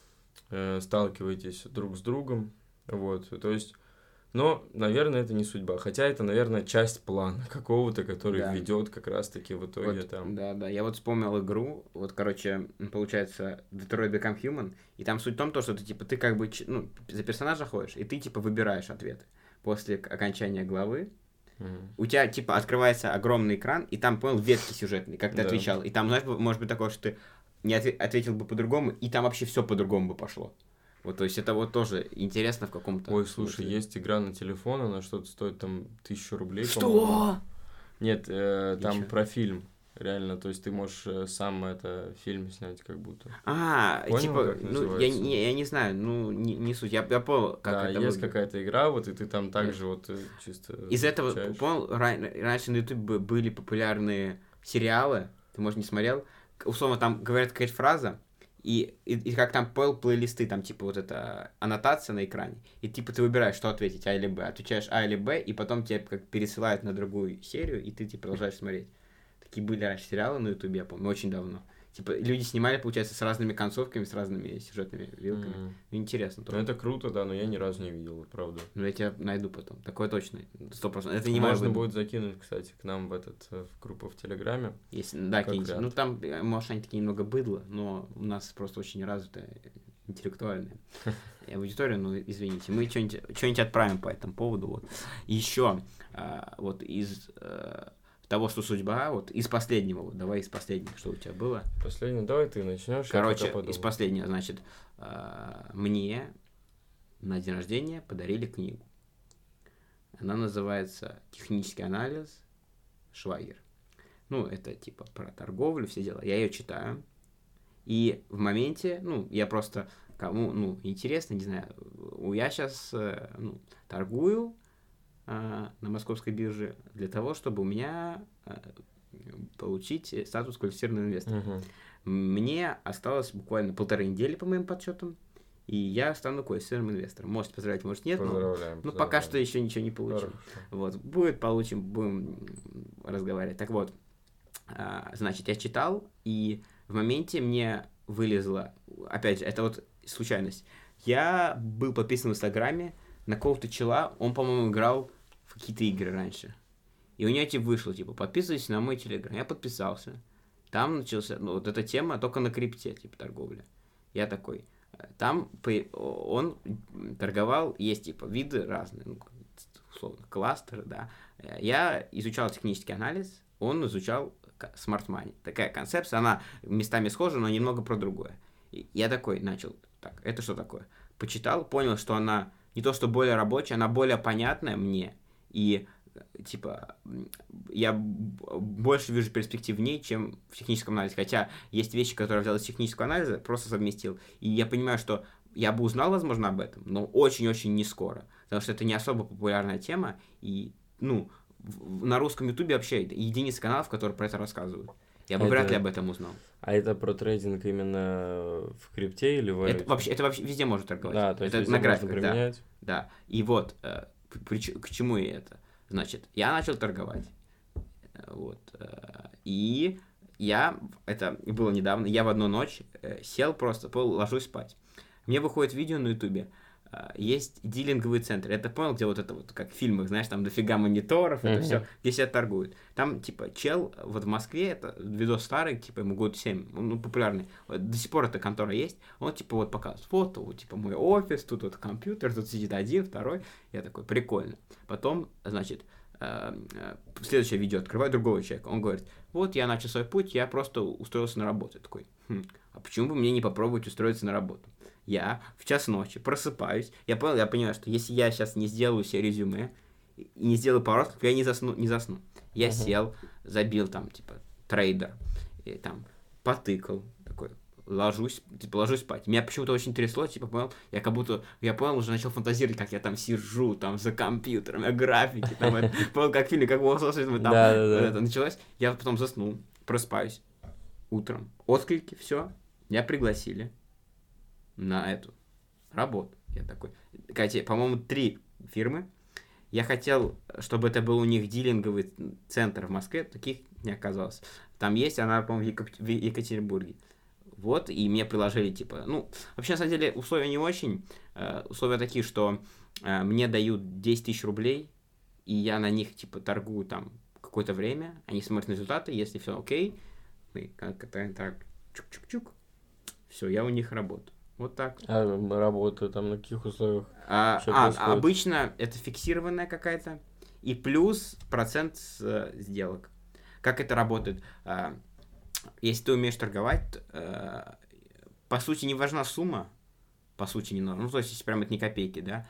э, сталкиваетесь друг с другом. Вот, то есть, но, наверное, это не судьба. Хотя это, наверное, часть плана какого-то, который Да. ведет как раз-таки в итоге Вот, там. да, да. Я вот вспомнил игру. Вот, короче, м, получается, Detroit Become Human. И там суть в том, то, что ты, типа, ты как бы, ч- ну, за персонажа ходишь, и ты, типа, выбираешь ответы. После к- окончания главы Мгм. у тебя, типа, открывается огромный экран, и там, понял, ветки сюжетные, как ты Да. отвечал. И там, знаешь, б- может быть такое, что ты не отве- ответил бы по-другому, и там вообще все по-другому бы пошло. Вот, то есть это вот тоже интересно в каком-то Ой, слушай, смысле. есть игра на телефон, она что-то стоит там тысячу рублей, Что? по-моему. Нет, э, там Ничего. про фильм, реально, то есть ты можешь э, сам это фильм снять как будто. А, Понял, типа, как ну, я, называется? не, я не знаю, ну, не, не суть. Я, я понял, как Да, это есть выглядит. какая-то игра, вот, и ты там также вот э, чисто Из этого, включаешь. понял, ран- раньше на Ютубе были популярные сериалы, ты, может, не смотрел, К- условно, там говорят какая-то фраза, и, и, и как там понял, плейлисты, там, типа, вот эта аннотация на экране, и, типа, ты выбираешь, что ответить, А или Б, отвечаешь А или Б, и потом тебе как пересылают на другую серию, и ты, типа, продолжаешь смотреть. Такие были раньше сериалы на Ютубе, я помню, очень давно. Типа, люди снимали, получается, с разными концовками, с разными сюжетными вилками. Мгм. Интересно Ну, тоже. это круто, да, но я ни разу не видел, вот правда. Ну, я тебя найду потом. Такое точно. Сто процентов. Это не мой Можно выбор. будет закинуть, кстати, к нам в этот э, в группу в Телеграме. Если, да, Как какие-нибудь. вариант. Ну, там, э, может, они такие немного быдло, но у нас просто очень развитая э, интеллектуальная аудитория, ну, извините. Мы что-нибудь, что-нибудь отправим по этому поводу. Вот. Еще а, вот из э, того, что судьба, вот из последнего, вот, давай из последнего, что у тебя было. Последний, давай ты начнешь. Короче, из последнего, значит, а, мне на день рождения подарили книгу. Она называется «Технический анализ Швайгер». Ну, это типа про торговлю, все дела. Я ее читаю. И в моменте, ну, я просто, кому, ну, интересно, не знаю, у- я сейчас, ну, торгую а, на московской бирже для того, чтобы у меня а, получить статус квалифицированного инвестора. Мгм. Мне осталось буквально полторы недели, по моим подсчетам, и я стану квалифицированным инвестором. Можете поздравить, может нет, но, Поздравляем. ну, пока что поздравляем. еще ничего не получил. Хорошо. Вот, будет, получим, будем разговаривать. Так вот, а, значит, я читал, и в моменте мне вылезло, опять же, это вот случайность. Я был подписан в Инстаграме на какого-то чела, он, по-моему, играл в какие-то игры раньше. И у него, типа, вышло, типа, подписывайся на мой телеграм. Я подписался. Там начался, ну, вот эта тема только на крипте, типа, торговля. Я такой, э, там по- он торговал, есть, типа, виды разные, ну, условно, кластеры, да. Э, Я изучал технический анализ, он изучал к- smart money. Такая концепция, она местами схожа, но немного про другое. И я такой начал так, это что такое? Почитал, понял, что она не то что более рабочая, она более понятная мне, и типа, я больше вижу перспектив в ней, чем в техническом анализе. Хотя есть вещи, которые я взял из технического анализа, просто совместил. И я понимаю, что я бы узнал, возможно, об этом, но очень-очень не скоро. Потому что это не особо популярная тема. И, ну, в, на русском ютубе вообще единицы каналов, которые про это рассказывают. Я бы это... вряд ли об этом узнал. А это про трейдинг именно в крипте или в валюте? Это вообще, это вообще везде можно торговать. Да, то есть это на графиках, можно применять. Да, да. И вот, э, при, к чему и это? Значит, я начал торговать, вот, и я, это было недавно, я в одну ночь сел просто, ложусь спать. Мне выходит видео на ютубе, есть дилинговый центр, это понял, где вот это вот, как в фильмах, знаешь, там дофига мониторов, это mm-hmm. все, где себя торгуют. Там, типа, чел, вот в Москве, это видос старый, типа, ему год семь, ну, популярный, до сих пор эта контора есть, он, типа, вот показывает фото, вот, типа, мой офис, тут вот компьютер, тут сидит один, второй, я такой, прикольно. Потом, значит, следующее видео открываю другого человека, он говорит, вот, я начал свой путь, я просто устроился на работу. Я такой, хм, а почему бы мне не попробовать устроиться на работу? Я в час ночи просыпаюсь, я понял, я понимаю, что если я сейчас не сделаю себе резюме и не сделаю пару раз, я не засну, не засну. Я uh-huh. сел, забил там, типа, трейдер, и там, потыкал, такой, ложусь, типа, ложусь спать. Меня почему-то очень трясло, типа, понял, я как будто, я понял, уже начал фантазировать, как я там сижу, там, за компьютером, графики, там, это, понял, как в фильме, как в там, там это началось. Я потом заснул, просыпаюсь утром, отклики, все, меня пригласили на эту работу. Я такой, Катя, по-моему, три фирмы. Я хотел, чтобы это был у них дилинговый центр в Москве, таких не оказалось. Там есть, она, по-моему, в, Екат- в Екатеринбурге. Вот, и мне предложили, типа, ну, вообще, на самом деле, условия не очень. Э, условия такие, что э, мне дают десять тысяч рублей, и я на них, типа, торгую там какое-то время, они смотрят на результаты, если все окей, мы как-то так, чук-чук-чук, все, я у них работаю. Вот так. А работа там на каких условиях? А, а обычно это фиксированная какая-то, и плюс процент с, э, сделок. Как это работает? А, если ты умеешь торговать, э, по сути, не важна сумма, по сути, не нужно. Ну, то есть, если прям это не копейки, да,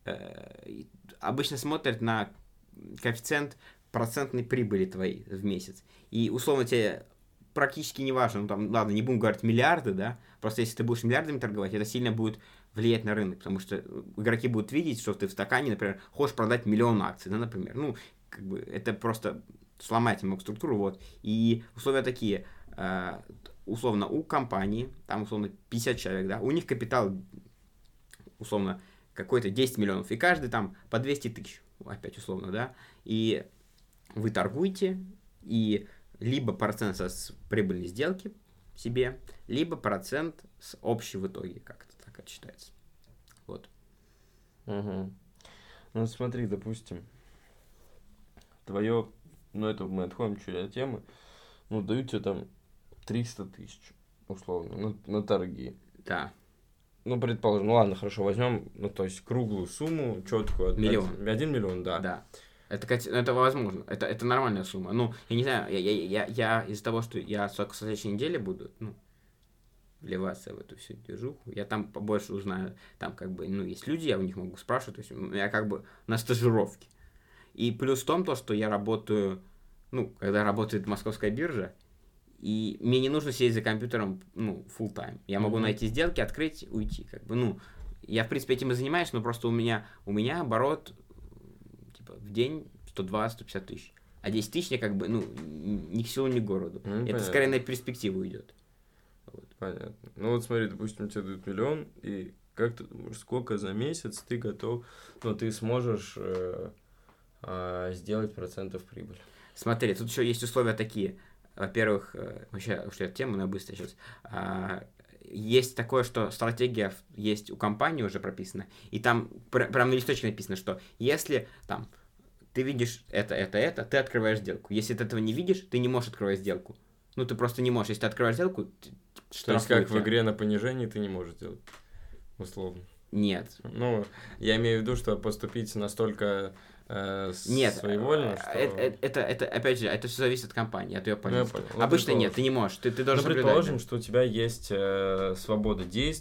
э, обычно смотрят на коэффициент процентной прибыли твоей в месяц. И, условно, тебе практически не важно, ну, там, ладно, не будем говорить миллиарды, да, просто если ты будешь миллиардами торговать, это сильно будет влиять на рынок, потому что игроки будут видеть, что ты в стакане, например, хочешь продать миллион акций, да, например, ну, как бы, это просто сломать немного структуру, вот, и условия такие, э, условно, у компании, там, условно, пятьдесят человек, да, у них капитал, условно, какой-то десять миллионов, и каждый там по двести тысяч, опять условно, да, и вы торгуете, и либо процент с прибыльной сделки себе, либо процент с общей в итоге, как это так отчитается. Вот. Угу. Ну смотри, допустим, твое, ну это мы отходим чуть от темы, ну дают тебе там триста тысяч, условно, на, на торги. Да. Ну, предположим, ну ладно, хорошо, возьмем, ну то есть круглую сумму, четкую. Миллион. Один, один миллион, да. Да. Это, это возможно, это, это нормальная сумма. Ну, я не знаю, я, я, я, я из-за того, что я только в следующей неделе буду, ну, вливаться в эту всю движуху, я там побольше узнаю, там как бы, ну, есть люди, я у них могу спрашивать, то есть я как бы на стажировке. И плюс в том, то, что я работаю, ну, когда работает московская биржа, и мне не нужно сидеть за компьютером, ну, full time. Я могу mm-hmm. найти сделки, открыть, уйти, как бы, ну, я, в принципе, этим и занимаюсь, но просто у меня, у меня оборот в день сто двадцать - сто пятьдесят тысяч. А десять тысяч я как бы, ну, ни к селу, ни к городу. Ну, это понятно. Скорее на перспективу идет. Вот. Понятно. Ну вот смотри, допустим, тебе дают миллион, и как ты думаешь, сколько за месяц ты готов, ну, ты сможешь э, э, сделать процентов прибыль? Смотри, тут еще есть условия такие. Во-первых, э, вообще, что я тему, но я быстро сейчас. А, есть такое, что стратегия есть у компании уже прописана, и там пр- прям на листочке написано, что если там ты видишь это, это, это, ты открываешь сделку. Если ты этого не видишь, ты не можешь открывать сделку. Ну, ты просто не можешь. Если ты открываешь сделку, то есть, как в игре на понижении ты не можешь делать, условно? Нет. Ну, я имею в виду, что поступить настолько э, нет, своевольно, что... Это, это, это, это, опять же, это все зависит от компании, от ее позиции. Ну, Обычно нет, ты не можешь, ты, ты должен ну, соблюдать. предположим, да? Что у тебя есть э, свобода действий,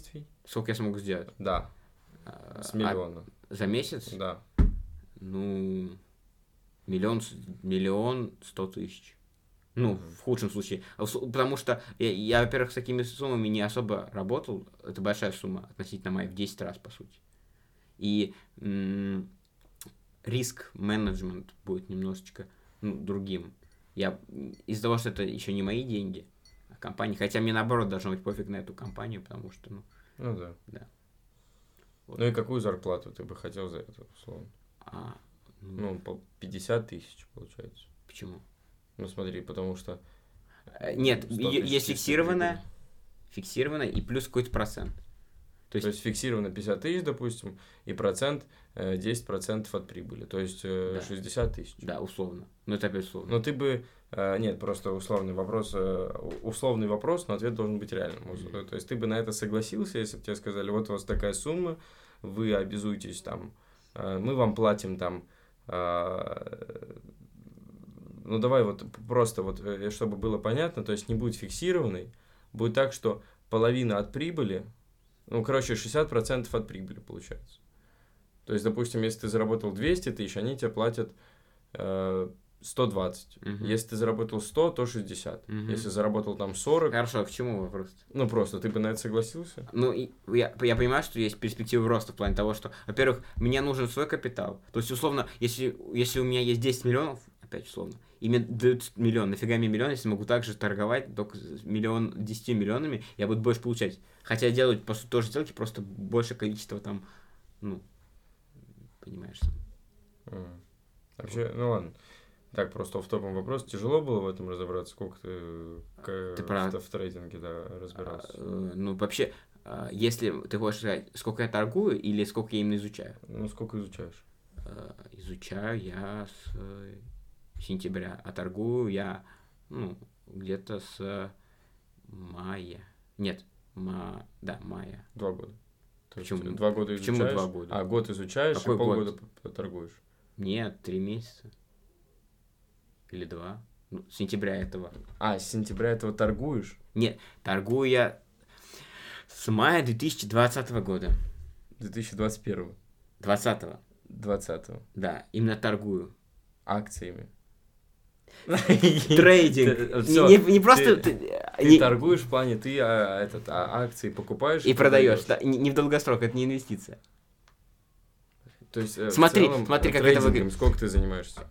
Сколько я смогу сделать? Да. А, С миллиона. а за месяц? Да. Ну, миллион, с- миллион сто тысяч. Ну, в худшем случае. А в су- Потому что я, я, во-первых, с такими суммами не особо работал. Это большая сумма относительно моей, в десять раз, по сути. И м, риск-менеджмент будет немножечко ну, другим. Я м, из-за того, что это еще не мои деньги, а компании. Хотя мне, наоборот, должно быть пофиг на эту компанию, потому что, ну, Ну да. да. Вот. Ну и какую зарплату ты бы хотел за это, условно? А, ну, Ну, по пятьдесят тысяч, получается. почему? Ну смотри, потому что... Э, Нет, сто е- тысяч есть чистой фиксированная, прибыли. фиксированная и плюс какой-то процент. То То есть, есть фиксировано пятьдесят тысяч, допустим, и процент э, десять процентов от прибыли. То есть э, Да. шестьдесят тысяч. да, условно. Но это опять условно. Но ты бы... э, нет, просто условный вопрос, э, условный вопрос, но ответ должен быть реальным. Мгм. То есть ты бы на это согласился, если бы тебе сказали, вот у вас такая сумма, вы обязуетесь там, э, мы вам платим там, э, ну давай вот просто вот, э, чтобы было понятно, то есть не будет фиксированной, будет так, что половина от прибыли, ну, короче, шестьдесят процентов от прибыли получается. То есть, допустим, если ты заработал двести тысяч, они тебе платят э, сто двадцать. Мгм. Если ты заработал сто, то шестьдесят. Мгм. Если заработал там сорок, Хорошо, а к чему вопрос? ну просто ты бы на это согласился? Ну, и я, я понимаю, что есть перспективы роста в плане того, что, во-первых, мне нужен свой капитал. То есть, условно, если, если у меня есть десять миллионов, опять условно, и мне дают миллион, нафига мне миллион, если могу также торговать только с миллион, десятью миллионами, я буду больше получать. Хотя делать, по сути, тоже сделки, просто больше количество там, ну, понимаешь. сам. М. Вообще, ну ладно. Так, просто в топом вопрос. Тяжело было в этом разобраться? Сколько ты, к- Ты в, про- т- в трейдинге да, разбирался? А, э, ну, вообще, а, если ты хочешь сказать, сколько я торгую или сколько я именно изучаю? Ну, сколько изучаешь? Э, Изучаю я с э, сентября, а торгую я, ну, где-то с мая. Нет, ма... да, мая. Два года. То есть Почему? два года Почему изучаешь? два года? А, год изучаешь, Какой и полгода год? п- п- торгуешь. Нет, три месяца. Или два. Ну, с сентября этого. А, с сентября этого торгуешь? Нет, торгую я с мая две тысячи двадцатого года. две тысячи двадцать первого. двадцатого, двадцатого. да, именно торгую. Акциями. Трейдинг. Ты- Не, всё, не- не просто... ты- ты- Ты не- торгуешь в плане, ты а, этот, а, акции покупаешь И продаешь. Да, не, не в долгосрок, это не инвестиция. То есть, э, в Смотри, целом, смотри, э, как это трейдингом выглядит. сколько ты занимаешься?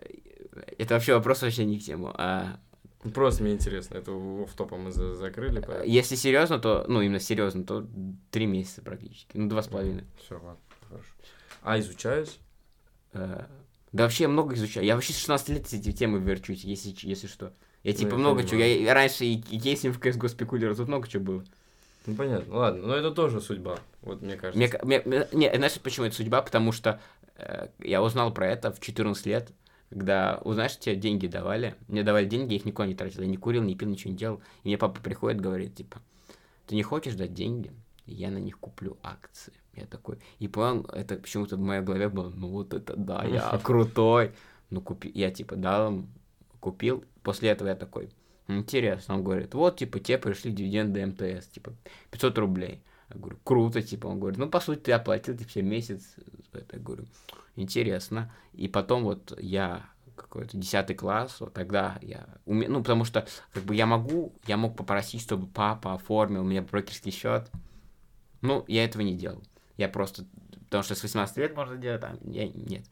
Это вообще вопрос вообще не в тему. А, Ну, просто мне интересно, это в топом мы за- закрыли, поэтому... если серьезно, то, ну, именно серьезно, то три месяца практически. Ну, два с половиной. Все, ладно, хорошо. А изучаешь? Э, Да вообще я много изучаю. Я вообще с шестнадцати лет эти темы верчусь, если, ч- если что. Я Ну, типа я много чего. понимаю. Я я раньше и, и кейсинг в си эс го спекулировал, тут много чего было. Ну, понятно, ладно, но это тоже судьба, вот мне кажется. Мне, ка- мне- мне- не, знаешь, почему это судьба? Потому что э, я узнал про это в четырнадцать лет, когда, узнаешь, тебе деньги давали. Мне давали деньги, я их никуда не тратил. Я не курил, не пил, ничего не делал. И мне папа приходит, говорит, типа, ты не хочешь дать деньги? Я на них куплю акции. Я такой, и понял, это почему-то в моей голове было, ну вот это да, я крутой. Ну, купи, я типа дал им, купил. После этого я такой, интересно. Он говорит, вот, типа, тебе пришли дивиденды эм тэ эс, типа, пятьсот рублей. Я говорю, круто, типа, он говорит, ну, по сути, ты оплатил, типа, все месяц. Это, я говорю, интересно. И потом вот я какой-то десятый класс, вот тогда я уме... ну, потому что, как бы, я могу, я мог попросить, чтобы папа оформил мне брокерский счет. Ну, я этого не делал. Я просто, потому что с восемнадцати лет можно делать, а я нет.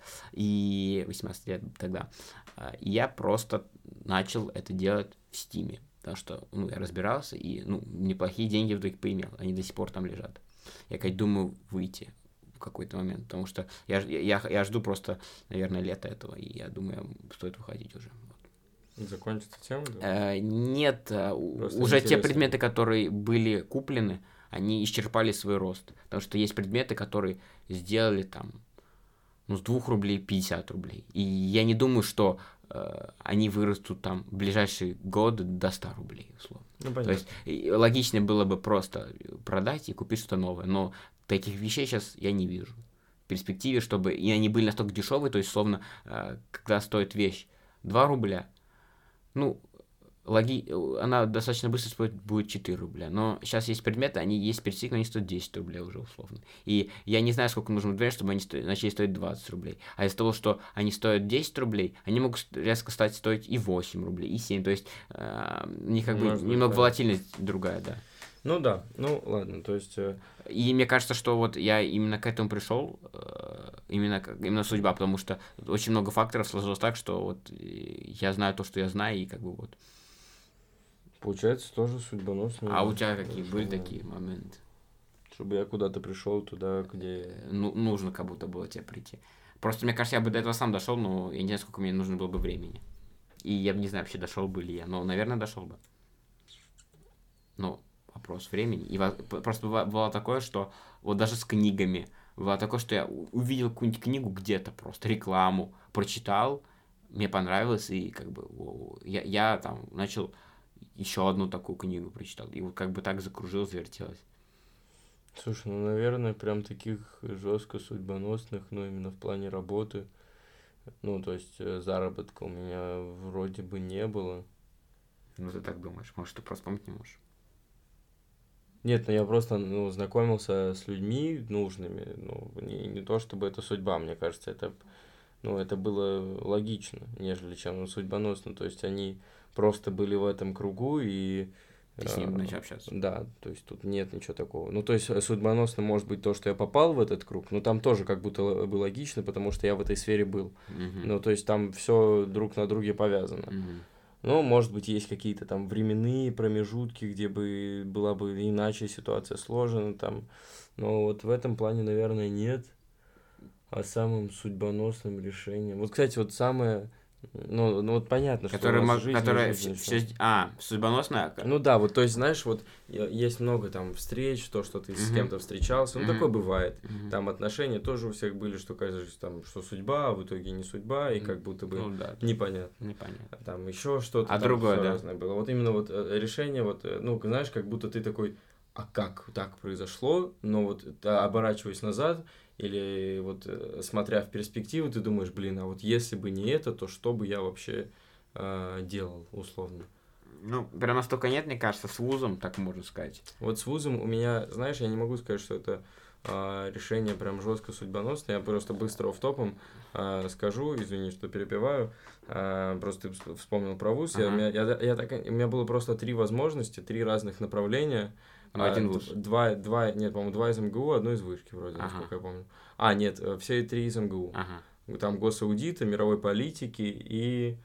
И восемнадцать лет тогда. А, и я просто начал это делать в Стиме. Потому что, ну, я разбирался, и, ну, неплохие деньги вдруг поимел. Они до сих пор там лежат. Я, конечно, думаю выйти в какой-то момент, потому что я, ж- я, я жду просто, наверное, лета этого, и я думаю, стоит выходить уже. Вот. Закончится тема, да? Э, нет, э, у- Просто уже те интересно. предметы, которые были куплены, они исчерпали свой рост. Потому что есть предметы, которые сделали там, ну, с двух рублей пятьдесят рублей. И я не думаю, что э, они вырастут там в ближайшие годы до ста рублей, условно. Ну, То понятно. есть и логичнее было бы просто продать и купить что-то новое. Но таких вещей сейчас я не вижу. В перспективе, чтобы и они были настолько дешевые, то есть, словно, э, когда стоит вещь два рубля, ну, логи... она достаточно быстро стоит будет четыре рубля. Но сейчас есть предметы, они есть персик, но они стоят десять рублей уже условно. И я не знаю, сколько нужно время, чтобы они сто... начали стоить двадцать рублей. А из-за того, что они стоят десять рублей, они могут резко стать стоить и восемь рублей, и семь. То есть э, у них как Может бы быть, немного да. волатильность другая, да. Ну да, ну ладно, то есть... э, И мне кажется, что вот я именно к этому пришел, э, именно, как- именно судьба, потому что очень много факторов сложилось так, что вот э, я знаю то, что я знаю, и как бы вот. Получается, тоже судьбоносно. А у тебя какие что- были такие моменты? Чтобы я куда-то пришел туда, где... Э, Ну, нужно как будто было тебе прийти. Просто, мне кажется, я бы до этого сам дошел, но я не знаю, сколько мне нужно было бы времени. И я бы не знаю, вообще дошел бы ли я, но, наверное, дошел бы. Ну, вопрос времени. И во- п- просто быва- бывало такое, что вот даже с книгами, бывало такое, что я у- увидел какую-нибудь книгу где-то просто, рекламу, прочитал, мне понравилось, и как бы о, я, я там начал еще одну такую книгу прочитал. И вот как бы так закружилось, завертелось. Слушай, ну, наверное, прям таких жестко судьбоносных, ну, именно в плане работы, ну, то есть э, заработка у меня вроде бы не было. Ну, ты так думаешь, может, ты просто помнить не можешь. Нет, ну я просто, ну, знакомился с людьми нужными, ну, не, не то чтобы это судьба, мне кажется, это, ну, это было логично, нежели чем ну, судьбоносно, то есть они просто были в этом кругу и... Ты с ним э, начал общаться. Да, то есть тут нет ничего такого. Ну, то есть э, судьбоносно может быть то, что я попал в этот круг, но там тоже как будто л- бы логично, потому что я в этой сфере был. Мгм. Ну, то есть там все друг на друге повязано. Мгм. Ну, может быть, есть какие-то там временные промежутки, где бы была бы иначе ситуация сложена там. Но вот в этом плане, наверное, нет. А самым судьбоносным решением... Вот, кстати, вот самое... Ну, ну вот понятно, что Который, у нас мог- жизнь и которая жизнь все, ещё. а, судьбоносная? Ну да, вот, то есть, знаешь, вот я- есть много там встреч, то, что ты с Мгм. кем-то встречался, ну, Мгм. такое бывает. Мгм. Там отношения тоже у всех были, что кажется, там, что судьба, а в итоге не судьба, и как будто бы Ну да, непонятно. непонятно. Там еще что-то, А там другое, всё да. разное было. Вот именно вот э, решение, вот, э, ну, знаешь, как будто ты такой, а как так произошло? Но вот это, оборачиваясь назад, или вот э, смотря в перспективу, ты думаешь, блин, а вот если бы не это, то что бы я вообще э, делал, условно? Ну, прям настолько нет, мне кажется, с вузом, так можно сказать. Вот с вузом у меня, знаешь, я не могу сказать, что это а, решение прям жестко судьбоносное. Я просто быстро офф-топом а, скажу, извини, что перебиваю. А, просто вс- вспомнил про вуз. Я, у, Ага. меня, я, я так, у меня было просто три возможности, три разных направления. В А, один д- вуз. Два, два, нет, по-моему, два из МГУ, одно из вышки вроде, Ага. насколько я помню. А, нет, э, все три из МГУ. Ага. Там госаудита, мировой политики и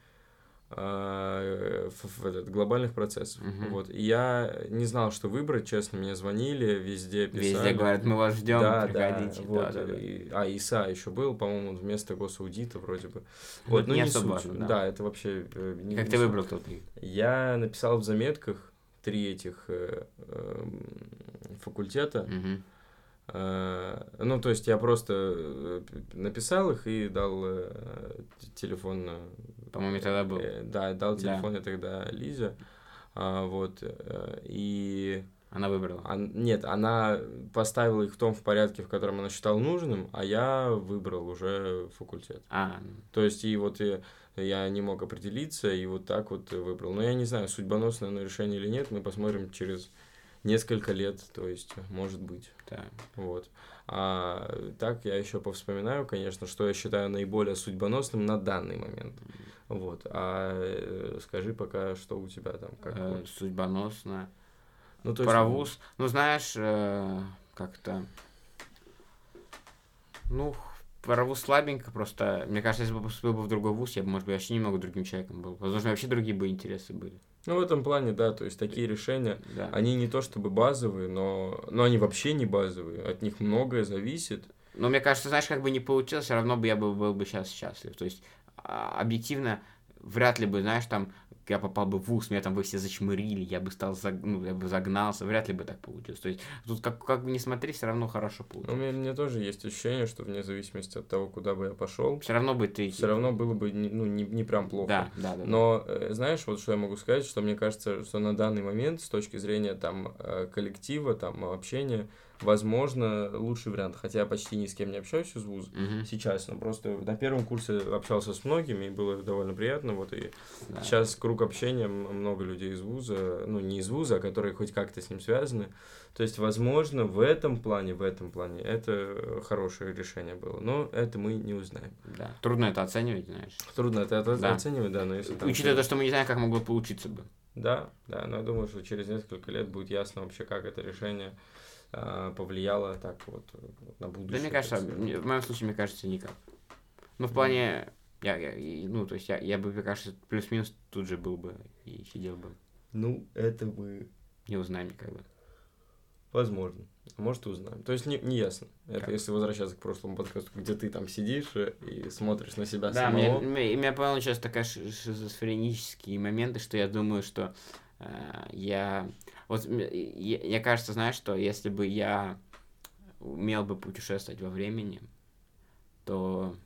а, в, в этот, глобальных процессов. Мгм. Вот. И я не знал, что выбрать, честно, мне звонили, везде писали. Везде говорят, мы вас ждем, Да, приходите. да, вот. Да, да, да. И- а, ИСА еще был, по-моему, вместо госаудита вроде бы. Ну, Вот, это ну не не особо суть. важно, Да. да. это вообще э, не Как не ты суть. выбрал тот три? Я написал в заметках три этих э, эм, факультета. Мгм. Э, Ну, то есть я просто э, написал их и дал э, т- телефон. э, По-моему, тогда был. э, Да, дал Да. телефон я тогда Лизе. А, вот. э, И Она выбрала. ан- нет, она поставила их в том в порядке, в котором она считала нужным, а я выбрал уже факультет. А, То есть и вот я, я не мог определиться, и вот так вот выбрал. Но я не знаю, судьбоносное оно решение или нет, мы посмотрим через несколько лет, то есть, может быть. да. Вот. А так я еще повспоминаю, конечно, что я считаю наиболее судьбоносным на данный момент. Вот. А э, скажи пока, что у тебя там, как Э, вот. Судьбоносно. Ну, то есть, Про вуз. Ну, знаешь, э, как-то... Ну, про вуз слабенько, просто... Мне кажется, если бы поступил бы в другой вуз, я бы, может быть, вообще немного другим человеком был. Возможно, вообще другие бы интересы были. Ну, в этом плане, да, то есть такие решения, Да. они не то чтобы базовые, но, но они вообще не базовые, от них многое зависит. Но мне кажется, знаешь, как бы не получилось, все равно бы я бы, был бы сейчас счастлив. То есть, а, объективно, вряд ли бы, знаешь, там, я попал бы в вуз, меня там бы все зачмырили, я бы стал, заг... ну, я бы загнался, вряд ли бы так получилось. То есть, тут как, как бы ни смотри, все равно хорошо Но у получилось. меня, мне тоже есть ощущение, что вне зависимости от того, куда бы я пошел, Все равно бы ты... все равно было бы не, ну, не, не прям плохо. Да, да, да. Но, э, знаешь, вот что я могу сказать, что мне кажется, что на данный момент, с точки зрения там э, коллектива, там общения, возможно, лучший вариант. Хотя я почти ни с кем не общаюсь из вуза Мгм. сейчас, но просто на первом курсе общался с многими, и было довольно приятно. Вот, и Да. сейчас круг общения, м- много людей из вуза, ну, не из вуза, а которые хоть как-то с ним связаны. То есть, возможно, в этом плане, в этом плане это хорошее решение было. Но это мы не узнаем. Да. Трудно это оценивать, знаешь. Трудно это от- Да. оценивать, да, но если там... Учитывая то, что мы не знаем, как могло получиться бы. Да, да, но я думаю, что через несколько лет будет ясно вообще, как это решение а, повлияло так вот на будущее. Да, мне так кажется, сказать. мне- в моем случае, мне кажется, никак. Ну, в плане, я, я- и- ну, то есть я, я бы, мне кажется, плюс-минус тут же был бы и сидел бы. Ну, это мы, Не узнаем никогда. возможно. Может, и узнаем. То есть, не, не ясно. Это Как? если возвращаться к прошлому подкасту, где ты там сидишь э, и смотришь на себя Да, мне, самого. мне, у меня, по-моему, сейчас такая ши- шизофренические моменты, что я думаю, что э, я... Вот м- я, я, кажется, знаешь, что если бы я умел бы путешествовать во времени, то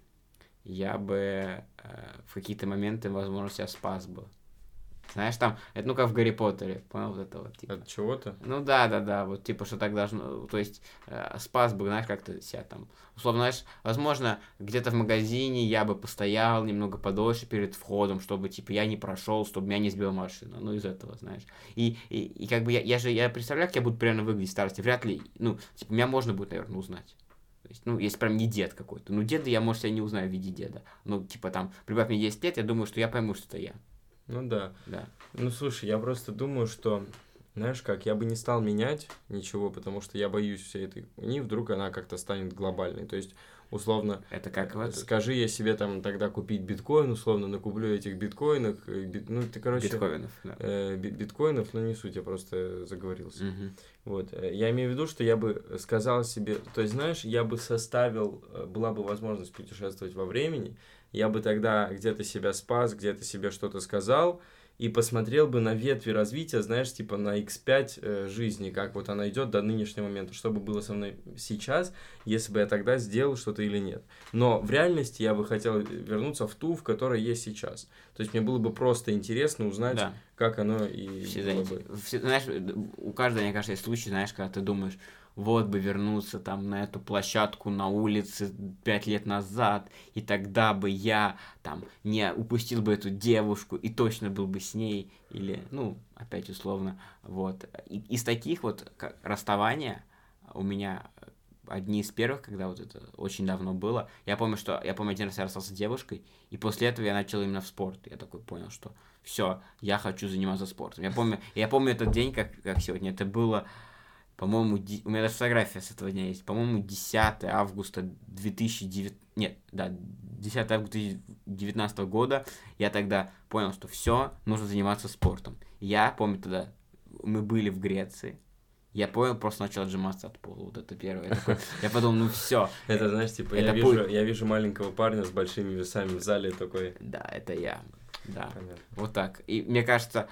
я бы э, в какие-то моменты, возможно, себя спас бы. Знаешь, там, это ну как в Гарри Поттере, понял, вот это вот, типа. От чего-то? Ну да, да, да, вот типа, что так должно, то есть э, спас бы, знаешь, как-то себя там, условно, знаешь, возможно, где-то в магазине я бы постоял немного подольше перед входом, чтобы, типа, я не прошел, чтобы меня не сбила машина, ну из этого, знаешь. И, и, и как бы я, я же, я представляю, как я буду примерно выглядеть в старости, вряд ли, ну, типа, меня можно будет, наверное, узнать. То есть, ну, если прям не дед какой-то. Ну, деда я, может, я не узнаю в виде деда. Ну, типа, там, прибавь мне десять лет, я думаю, что я пойму, что это я. Ну да. Да. Ну слушай, я просто думаю, что, знаешь как, я бы не стал менять ничего, потому что я боюсь всей этой хуйни, вдруг она как-то станет глобальной. То есть, условно, Это как в этот... скажи я себе там тогда купить биткоин, условно, накуплю этих биткоинов, э, бит- ну ты, короче, Битховенов, да. э, би- биткоинов, ну не суть, я просто заговорился. Мгм. Вот, э, я имею в виду, что я бы сказал себе, то есть, знаешь, я бы составил, э, была бы возможность путешествовать во времени, я бы тогда где-то себя спас, где-то себе что-то сказал, и посмотрел бы на ветви развития, знаешь, типа на икс пять э, жизни, как вот она идет до нынешнего момента, что бы было со мной сейчас, если бы я тогда сделал что-то или нет. Но в реальности я бы хотел вернуться в ту, в которой есть сейчас. То есть мне было бы просто интересно узнать, Да. как оно и Все, было знаете, бы. все- знаешь, у каждого, мне кажется, есть случай, знаешь, когда ты думаешь, вот бы вернуться там на эту площадку на улице пять лет назад, и тогда бы я там не упустил бы эту девушку и точно был бы с ней, или, ну, опять условно, вот. И, из таких вот как расставания у меня одни из первых, когда вот это очень давно было, я помню, что, я помню, один раз я расстался с девушкой, и после этого я начал именно в спорт. Я такой понял, что все, я хочу заниматься спортом. Я помню, я помню этот день, как, как сегодня. Это было, по-моему, ди- у меня даже фотография с этого дня есть. По-моему, десятое августа две тысячи девятнадцатого... Нет, да, десятое августа две тысячи девятнадцатого года. Я тогда понял, что все, нужно заниматься спортом. Я помню тогда, мы были в Греции. Я понял, просто начал отжиматься от пола. Вот это первое. Я, такой, я подумал, ну все. Это, знаешь, типа, я Это вижу, будет- я вижу маленького парня с большими весами в зале такой. Да, это я. Да. Понятно. Вот так. И мне кажется,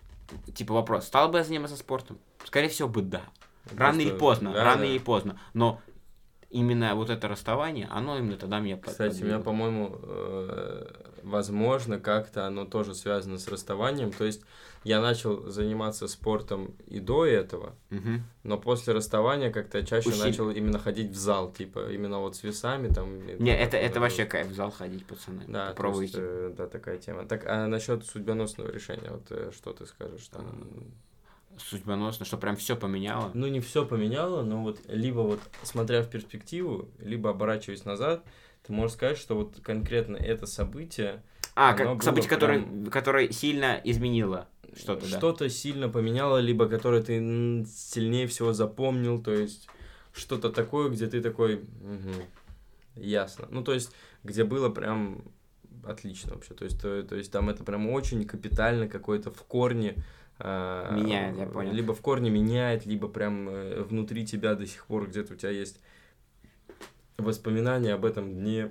типа вопрос, стал бы я заниматься спортом? Скорее всего бы да. Рано или Просто- поздно, да, рано да. или поздно. Но именно вот это расставание, оно именно тогда меня под- Кстати, у меня, подвигло. по-моему, э, возможно, как-то оно тоже связано с расставанием. То есть я начал заниматься спортом и до этого, Мгм. но после расставания как-то я чаще Усили- начал именно ходить в зал, типа, именно вот с весами там. и Не, вот это, такое это вот. вообще кайф, в зал ходить, пацаны. Да, то Попробуйте. есть, э, да, такая тема. Так, а насчет судьбоносного решения, вот э, что ты скажешь там? Судьбоносно, что прям все поменяло. Ну, не все поменяло, но вот либо вот смотря в перспективу, либо оборачиваясь назад, ты можешь сказать, что вот конкретно это событие А, оно как было событие, которое, прям- которое сильно изменило что-то, да. что-то сильно поменяло, либо которое ты м, сильнее всего запомнил, то есть что-то такое, где ты такой, «Мгм, ясно». Ну, то есть, где было прям отлично вообще, то есть, то, то есть там это прям очень капитально какое-то в корне а, Меняет, я понял. либо в корне меняет, либо прям э, внутри тебя до сих пор где-то у тебя есть воспоминания об этом дне,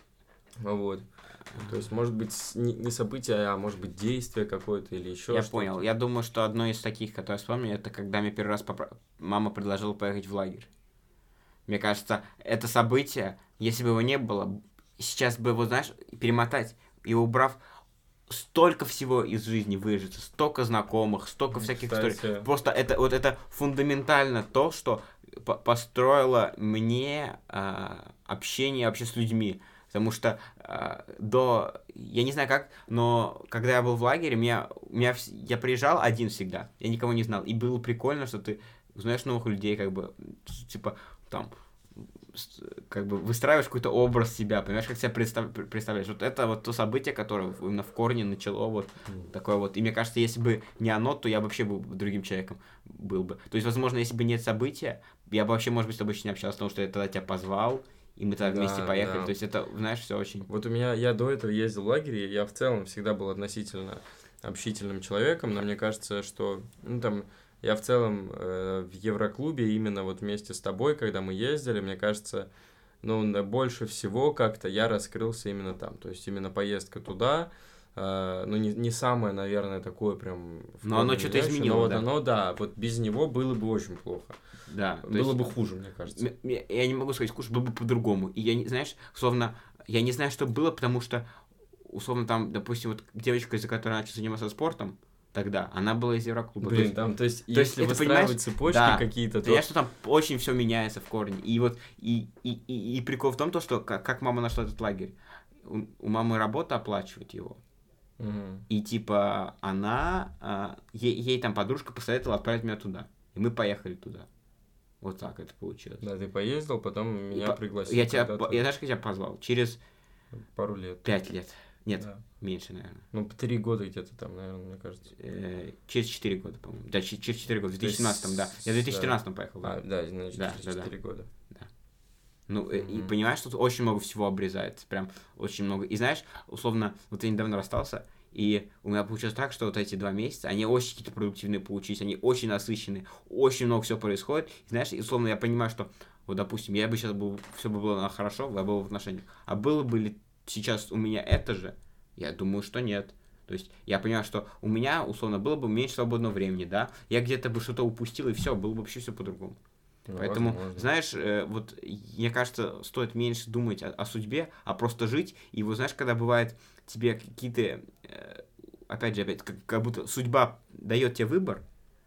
вот. То есть, может быть, с- не, не событие, а может быть, действие какое-то или еще Я что-то. понял. Я думаю, что одно из таких, которые я вспомню, это когда мне первый раз попро- мама предложила поехать в лагерь. Мне кажется, это событие, если бы его не было, сейчас бы его, знаешь, перемотать и убрав, столько всего из жизни выжится, столько знакомых, столько всяких Кстати. историй. Просто это вот это фундаментально то, что по- построило мне а, общение вообще с людьми. Потому что а, до... Я не знаю как, но когда я был в лагере, меня, меня, вс- я приезжал один всегда. Я никого не знал. И было прикольно, что ты узнаешь новых людей, как бы, типа, там, с- как бы выстраиваешь какой-то образ себя, понимаешь, как себя представ- пр- представляешь. Вот это вот то событие, которое в- именно в корне начало вот М. такое вот. И мне кажется, если бы не оно, то я бы вообще был бы другим человеком был бы. То есть, возможно, если бы нет события, я бы вообще, может быть, с тобой еще не общался, потому что я тогда тебя позвал, и мы тогда вместе Да, поехали. да. То есть это, знаешь, все очень... Вот у меня, я до этого ездил в лагере, я в целом всегда был относительно общительным человеком, но мне кажется, что, ну, там, я в целом э, в Евроклубе именно вот вместе с тобой, когда мы ездили, мне кажется, ну, на- больше всего как-то я раскрылся именно там, то есть именно поездка туда, э, ну, не, не самое, наверное, такое прям в Но оно корне что-то меняющее, изменило, но вот да. оно, да, вот без него было бы очень плохо, Да, то было есть... бы хуже, мне кажется. м- м- Я не могу сказать, куш было бы по-другому. И я не, знаешь, условно, я не знаю, что было, потому что, условно, там, допустим, вот девочка, из-за которой я начал заниматься спортом, тогда, она была из Евроклуба. То Блин, есть, там, то есть, то есть если это, выстраивать понимаешь, цепочки да, какие-то, ты то... понимаешь, что там очень все меняется в корне. И вот, и, и, и, и прикол в том, то, что как, как мама нашла этот лагерь. У, у мамы работа оплачивать его. Мгм. И типа она, а, ей, ей там подружка посоветовала отправить меня туда. И мы поехали туда. Вот так это получилось. Да, ты поездил, потом И меня по- пригласил Я тебя, когда-то я знаешь, как я тебя позвал? Через пару лет. пять лет. Нет, Да. меньше, наверное. Ну, три года где-то там, наверное, мне кажется. Э, через четыре года, по-моему. Да, че- через четыре года. В То есть две тысячи семнадцатом, да. Я в две тысячи тринадцатом поехал, да. А, да, значит, Да, через да, да. четыре года. Ну, э, и Мгм. понимаешь, тут очень много всего обрезается. Прям очень много. И знаешь, условно, вот я недавно расстался, и у меня получилось так, что вот эти два месяца, они очень какие-то продуктивные получились, они очень насыщенные, очень много всего происходит. И знаешь, и, условно, я понимаю, что, вот, допустим, я бы сейчас был, все бы было хорошо, я был в отношениях. А было бы ли сейчас у меня это же? Я думаю, что нет. То есть я понимаю, что у меня, условно, было бы меньше свободного времени, да? Я где-то бы что-то упустил, и все, было бы вообще все по-другому. Ну, Поэтому, возможно. знаешь, э, вот и- мне кажется, стоит меньше думать о, о судьбе, а просто жить. И вот знаешь, когда бывает тебе какие-то, э, опять же, опять, как, как будто судьба дает тебе выбор,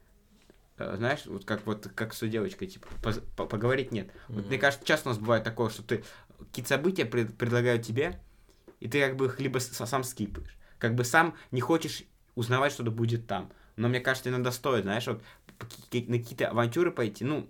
э, знаешь, вот как вот как с той девочкой, типа, поз- по- поговорить нет. Вот Мгм. мне кажется, часто у нас бывает такое, что ты какие-то события пред- предлагают тебе, и ты как бы их либо с- сам скипаешь, как бы сам не хочешь узнавать, что-то будет там. Но мне кажется, иногда стоит, знаешь, вот по ки- на какие-то авантюры пойти, ну,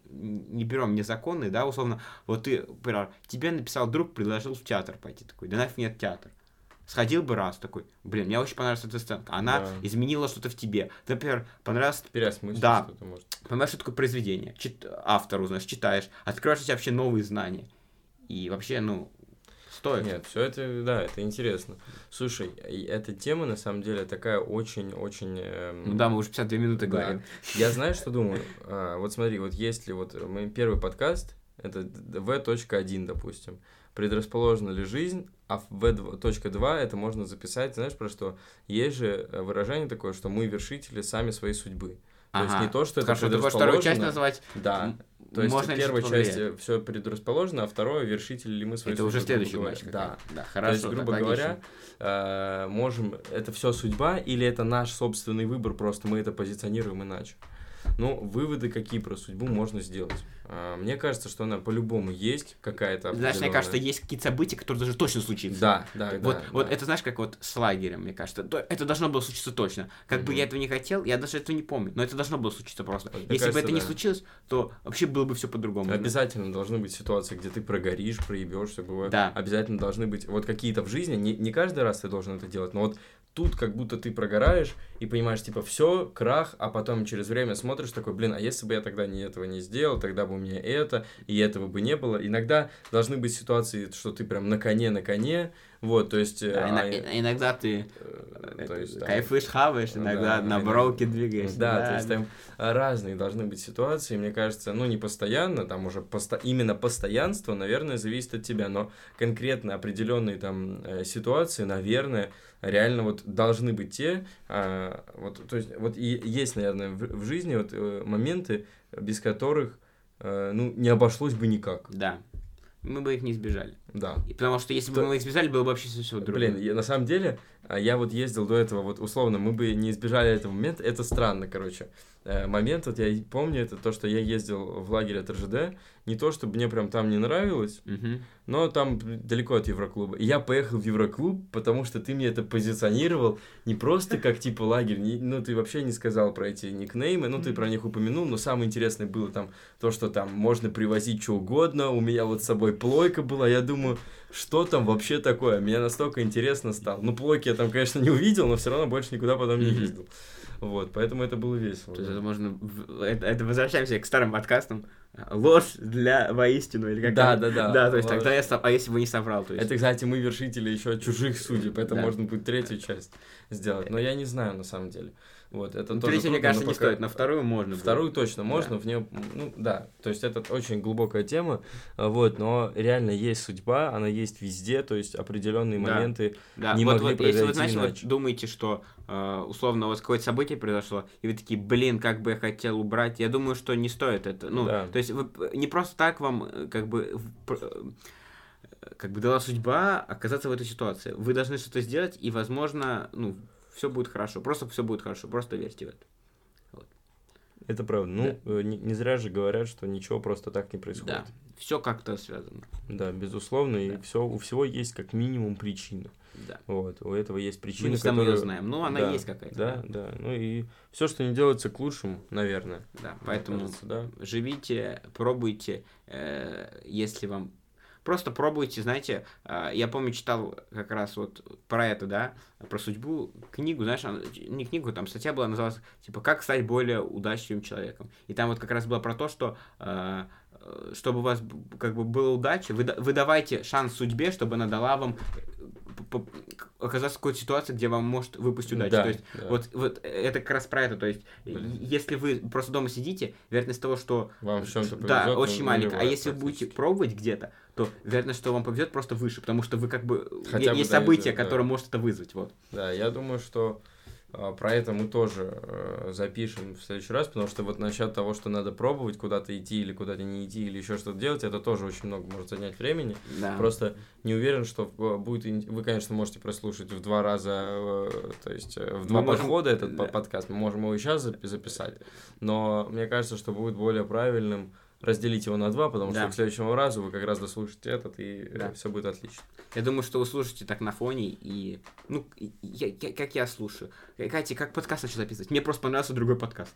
не берем незаконные, да, условно, вот ты, например, тебе написал друг, предложил в театр пойти, такой, да нафиг нет театр. Сходил бы раз, такой, блин, мне очень понравилась эта сценка, она Да. изменила что-то в тебе. Ты, например, понравилось, Переосмыслить Да. что-то, может. понимаешь, что такое произведение, Чит- автор узнаешь, читаешь, открываешь у себя вообще новые знания. И вообще, ну, стоит. Нет, все это, да, это интересно. Слушай, и эта тема, на самом деле, такая очень-очень... эм, Ну да, мы уже пятьдесят две минуты Да. говорим. Я знаю, что думаю. А, вот смотри, вот если вот мы первый подкаст, это вэ точка один, допустим, предрасположена ли жизнь, а в вэ точка два это можно записать, знаешь, про что? Есть же э, выражение такое, что мы вершители сами своей судьбы. То есть не то, что это Хорошо, ты хочешь вторую часть предрасположено. назвать? Да. М, То есть можно в ли первой что-то повлиять? части все предрасположено, а второе вершители ли мы своей Это уже судьбы, грубо следующий говоря. матч. Да. Да, То хорошо. есть, грубо так, говоря, логично. э, можем, это все судьба или это наш собственный выбор, просто мы это позиционируем иначе. Ну, выводы какие про судьбу можно сделать? А, мне кажется, что она по-любому есть какая-то Знаешь, мне определенная. кажется, есть какие-то события, которые должны точно случиться. Да, да, Вот, да. вот да. это знаешь, как вот с лагерем, мне кажется. То- Это должно было случиться точно. Как бы Мгм. я этого не хотел, я даже этого не помню. Но это должно было случиться просто. Мне Если бы кажется, это не да. случилось, то вообще было бы все по-другому. Обязательно должны быть ситуации, где ты прогоришь, проебешься, бывает. Да. Обязательно должны быть вот какие-то в жизни, не, не каждый раз ты должен это делать, но вот тут как будто ты прогораешь и понимаешь, типа, все, крах, а потом через время смотришь такой, блин, а если бы я тогда не этого не сделал, тогда бы у меня это, и этого бы не было. Иногда должны быть ситуации, что ты прям на коне, на коне, вот, то есть... Да, а, ина- и- иногда ты э, э, то есть, да. кайфуешь, хаваешь, иногда Да, на иногда- броуке двигаешься. Да, то есть там разные должны быть ситуации, мне кажется, ну не постоянно, там уже посто... именно постоянство, наверное, зависит от тебя, но конкретно определенные там э, ситуации, наверное, реально вот должны быть те, а, вот, то есть вот и есть, наверное, в, в жизни вот э, моменты, без которых, э, ну, не обошлось бы никак. Да. Мы бы их не избежали. Да. И потому что если бы То- мы избежали, было бы вообще все другое. Блин, я, на самом деле, а, я вот ездил до этого, вот условно, мы бы не избежали этого момента, это странно, короче. Э, Момент, вот я и помню, это то, что я ездил в лагерь от РЖД, не то, чтобы мне прям там не нравилось, Мгм. но там далеко от Евроклуба. И я поехал в Евроклуб, потому что ты мне это позиционировал не просто как типа лагерь, не- ну ты вообще не сказал про эти никнеймы, ну ты про них упомянул, но самое интересное было там то, что там можно привозить что угодно, у меня вот с собой плойка была, я думаю, что там вообще такое, мне настолько интересно стало. Ну плойки я там, конечно, не увидел, но все равно больше никуда потом не Мгм. ездил. Вот, поэтому это было весело. То есть да. это можно... в- Это, это возвращаемся к старым подкастам. Ложь для воистину. Или как Да, это? да, да. Да, то есть Ложь. тогда я... со- А если бы не соврал, то есть... Это, кстати, мы вершители еще чужих судеб, это Да. можно будет третью часть сделать, но я не знаю на самом деле. Вот, это Ну, тоже третью, мне трудно, кажется, но не пока- стоит, но вторую можно будет. Вторую точно Да. можно, в нее, ну да, то есть это очень глубокая тема, а, вот, но реально есть судьба, она есть везде, то есть определенные Да. моменты Да, не вот, могли вот, если вы, произойти знаете, вот иначе. думаете, что э, условно вот какое-то событие произошло, и вы такие, блин, как бы я хотел убрать, я думаю, что не стоит это. Ну, Да. то есть вы, не просто так вам э, как бы в- пр- э, как бы дала судьба оказаться в этой ситуации. Вы должны что-то сделать, и, возможно, ну, все будет хорошо. Просто все будет хорошо. Просто верьте в это. Это правда. Ну, э, не, не зря же говорят, что ничего просто так не происходит. Да. Все как-то связано. Да, безусловно, и Да. все, у всего есть как минимум причина. Да. Вот, у этого есть Мы причина, не всегда ее которая... знаем, но она Да, есть какая-то. Да, да. Ну и все, что не делается к лучшему, наверное. Да, мне поэтому кажется, да. живите, пробуйте, э, если вам... Просто пробуйте, знаете, э, я помню, читал как раз вот про это, да, про судьбу, книгу, знаешь, она- не книгу, там статья была, называлась, типа, «Как стать более удачливым человеком». И там вот как раз было про то, что э, э, чтобы у вас б- как бы была удача, вы, да- вы давайте шанс судьбе, чтобы она дала вам э, п- п- оказаться в какой-то ситуации, где вам может выпасть удача. Да, То есть да. вот, вот это как раз про это. То есть, Блин. и- если вы просто дома сидите, вероятность того, что Вам в чем-то да, повезет, очень ну, маленькая. А нулевая если вы будете практически. пробовать где-то, то вероятность, что вам повезет, просто выше, потому что вы как бы Хотя бы есть да, событие, да. которое может это вызвать. Вот. Да, я думаю, что а, про это мы тоже э, запишем в следующий раз, потому что вот насчет того, что надо пробовать куда-то идти или куда-то не идти, или еще что-то делать, это тоже очень много может занять времени. Да. Просто не уверен, что э, будет... ин- Вы, конечно, можете прослушать в два раза, э, то есть э, в Мы два можем- подхода этот да. по- подкаст. Мы можем его и сейчас записать, но мне кажется, что будет более правильным разделить его на два, потому Да. что к следующему разу вы как раз дослушаете этот, и Да. все будет отлично. Я думаю, что вы слушаете так на фоне, и, ну, и я, я- как я слушаю. Э, Катя, как подкаст начал записывать? Мне просто понравился другой подкаст.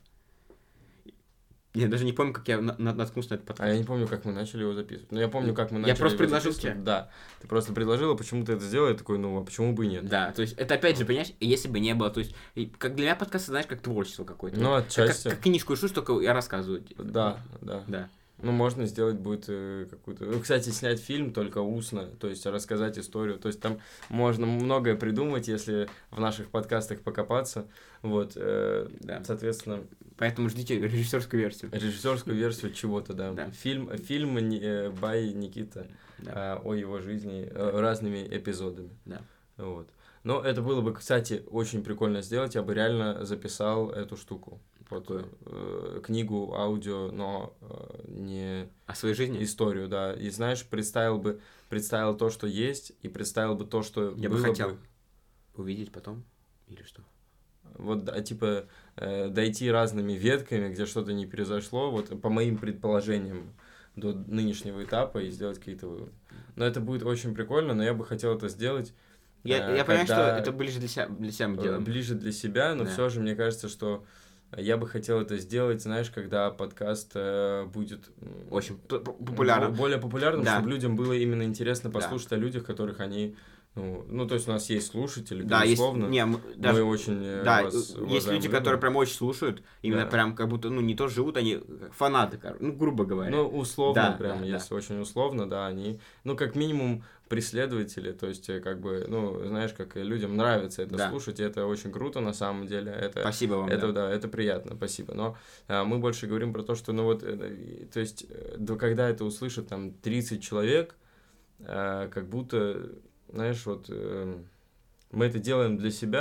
Я даже не помню, как я на- на- наткнулся на этот А подкаст. я не помню, как мы начали его записывать. Но я помню, как мы Я начали просто его предложил записывать. тебе. Да, ты просто предложил, а почему ты это сделал? Я такой, ну, а почему бы и нет? Да, то есть это опять же, понимаешь, если бы не было, то есть, и как для меня подкаст, знаешь, как творчество какое-то. Ну, Вот. Как- отчасти. Как, как книжку ищу, только я рассказываю. Да, да. Да. Ну, можно сделать будет э, какую-то... Ну, кстати, снять фильм только устно, то есть рассказать историю. То есть там можно многое придумать, если в наших подкастах покопаться. Вот, э, Да. соответственно, Поэтому ждите режиссерскую версию. режиссерскую версию чего-то, да. Да. Фильм, фильм э, by Никита Да. а, о его жизни э, разными эпизодами. Да. Вот. Но это было бы, кстати, очень прикольно сделать. Я бы реально записал эту штуку. Вот, Какую? э, книгу, аудио, но э, не О своей жизни? историю, да. И знаешь, представил бы, представил то, что есть, и представил бы то, что Я было бы хотел увидеть потом. Или что? Вот, да, типа, э, дойти разными ветками, где что-то не произошло, вот по моим предположениям, до нынешнего этапа и сделать какие-то выводы. Но это будет очень прикольно, но я бы хотел это сделать Я, э, я понимаю, что когда- это ближе для себя, для себя мы делаем. ближе для себя, но Да. все же мне кажется, что я бы хотел это сделать, знаешь, когда подкаст э, будет м, Очень п- п- популярно. бо- более популярным, Да. чтобы людям было именно интересно Да. послушать о людях, которых они, ну, ну, то есть у нас есть слушатели, Да, есть, безусловно, не, мы, мы даже, очень э, да, вас есть уважаем, люди, любим. которые прям очень слушают, именно Да. прям как будто, ну, не то живут, они как фанаты, кор- ну, грубо говоря. Ну, условно, Да, прям, да, если очень условно, да, они, ну, как минимум, преследователи, то есть, э, как бы, ну, знаешь, как и людям нравится это Да. слушать, и это очень круто, на самом деле, это... Спасибо вам. Это, да. да, это приятно, спасибо. Но а, мы больше говорим про то, что, ну вот, э, и- то есть, э, до, когда это услышит там тридцать человек, а, как будто, знаешь, вот, э, мы это делаем для себя,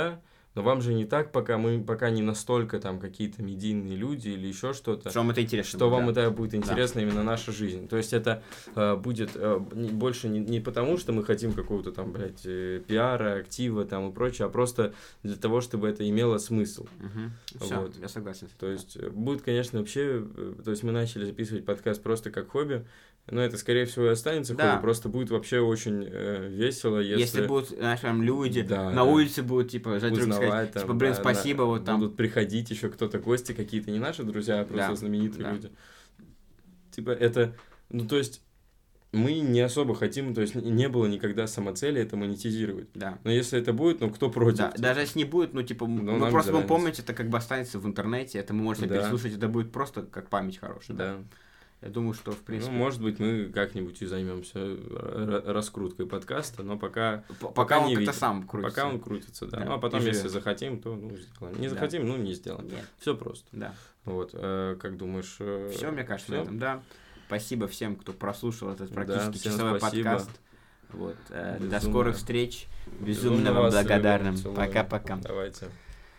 Но вам же не так, пока мы пока не настолько там какие-то медийные люди или еще что-то. Что вам это интересно. Что будет, вам да. это будет интересно, да. Именно наша жизнь. То есть это э, будет э, не, больше не, не потому, что мы хотим какого-то там, блядь, э, пиара, актива там и прочее, а просто для того, чтобы это имело смысл. Угу. Все, вот. Я согласен. То есть э, будет, конечно, вообще... Э, то есть мы начали записывать подкаст просто как хобби, но это, скорее всего, и останется да. хобби, просто будет вообще очень э, весело, если... Если будут, знаешь, там люди да, на да. улице будут, типа, за Узнавать, сказать, там, типа, блин, да, спасибо, на... вот там. Будут приходить еще кто-то, гости какие-то, не наши друзья, а просто да. знаменитые да. люди. Типа, это... Ну, то есть, мы не особо хотим, то есть, не было никогда самоцели это монетизировать. Да. Но если это будет, ну, кто против? Да. Типа? Даже если не будет, ну, типа, ну, мы просто будем разница. помнить, это как бы останется в интернете, это мы можем да. переслушать, это будет просто как память хорошая. Да. да. Я думаю, что, в принципе... Ну, может быть, мы как-нибудь и займемся раскруткой подкаста, но пока... Пока, пока он не как-то видно. сам крутится. Пока он крутится, да. да. Ну, а потом, и если живет. захотим, то, ну, сделаем. Не да. захотим, ну, не сделаем. Нет. Все просто. Да. Вот, э, как думаешь... Э, все, мне кажется, всё? на этом, да. Спасибо всем, кто прослушал этот практически да, часовой спасибо. подкаст. Вот. Э, Безумно. до скорых встреч. Безумно Безумно вам вас благодарным. любим, целуем. Пока-пока. Давайте.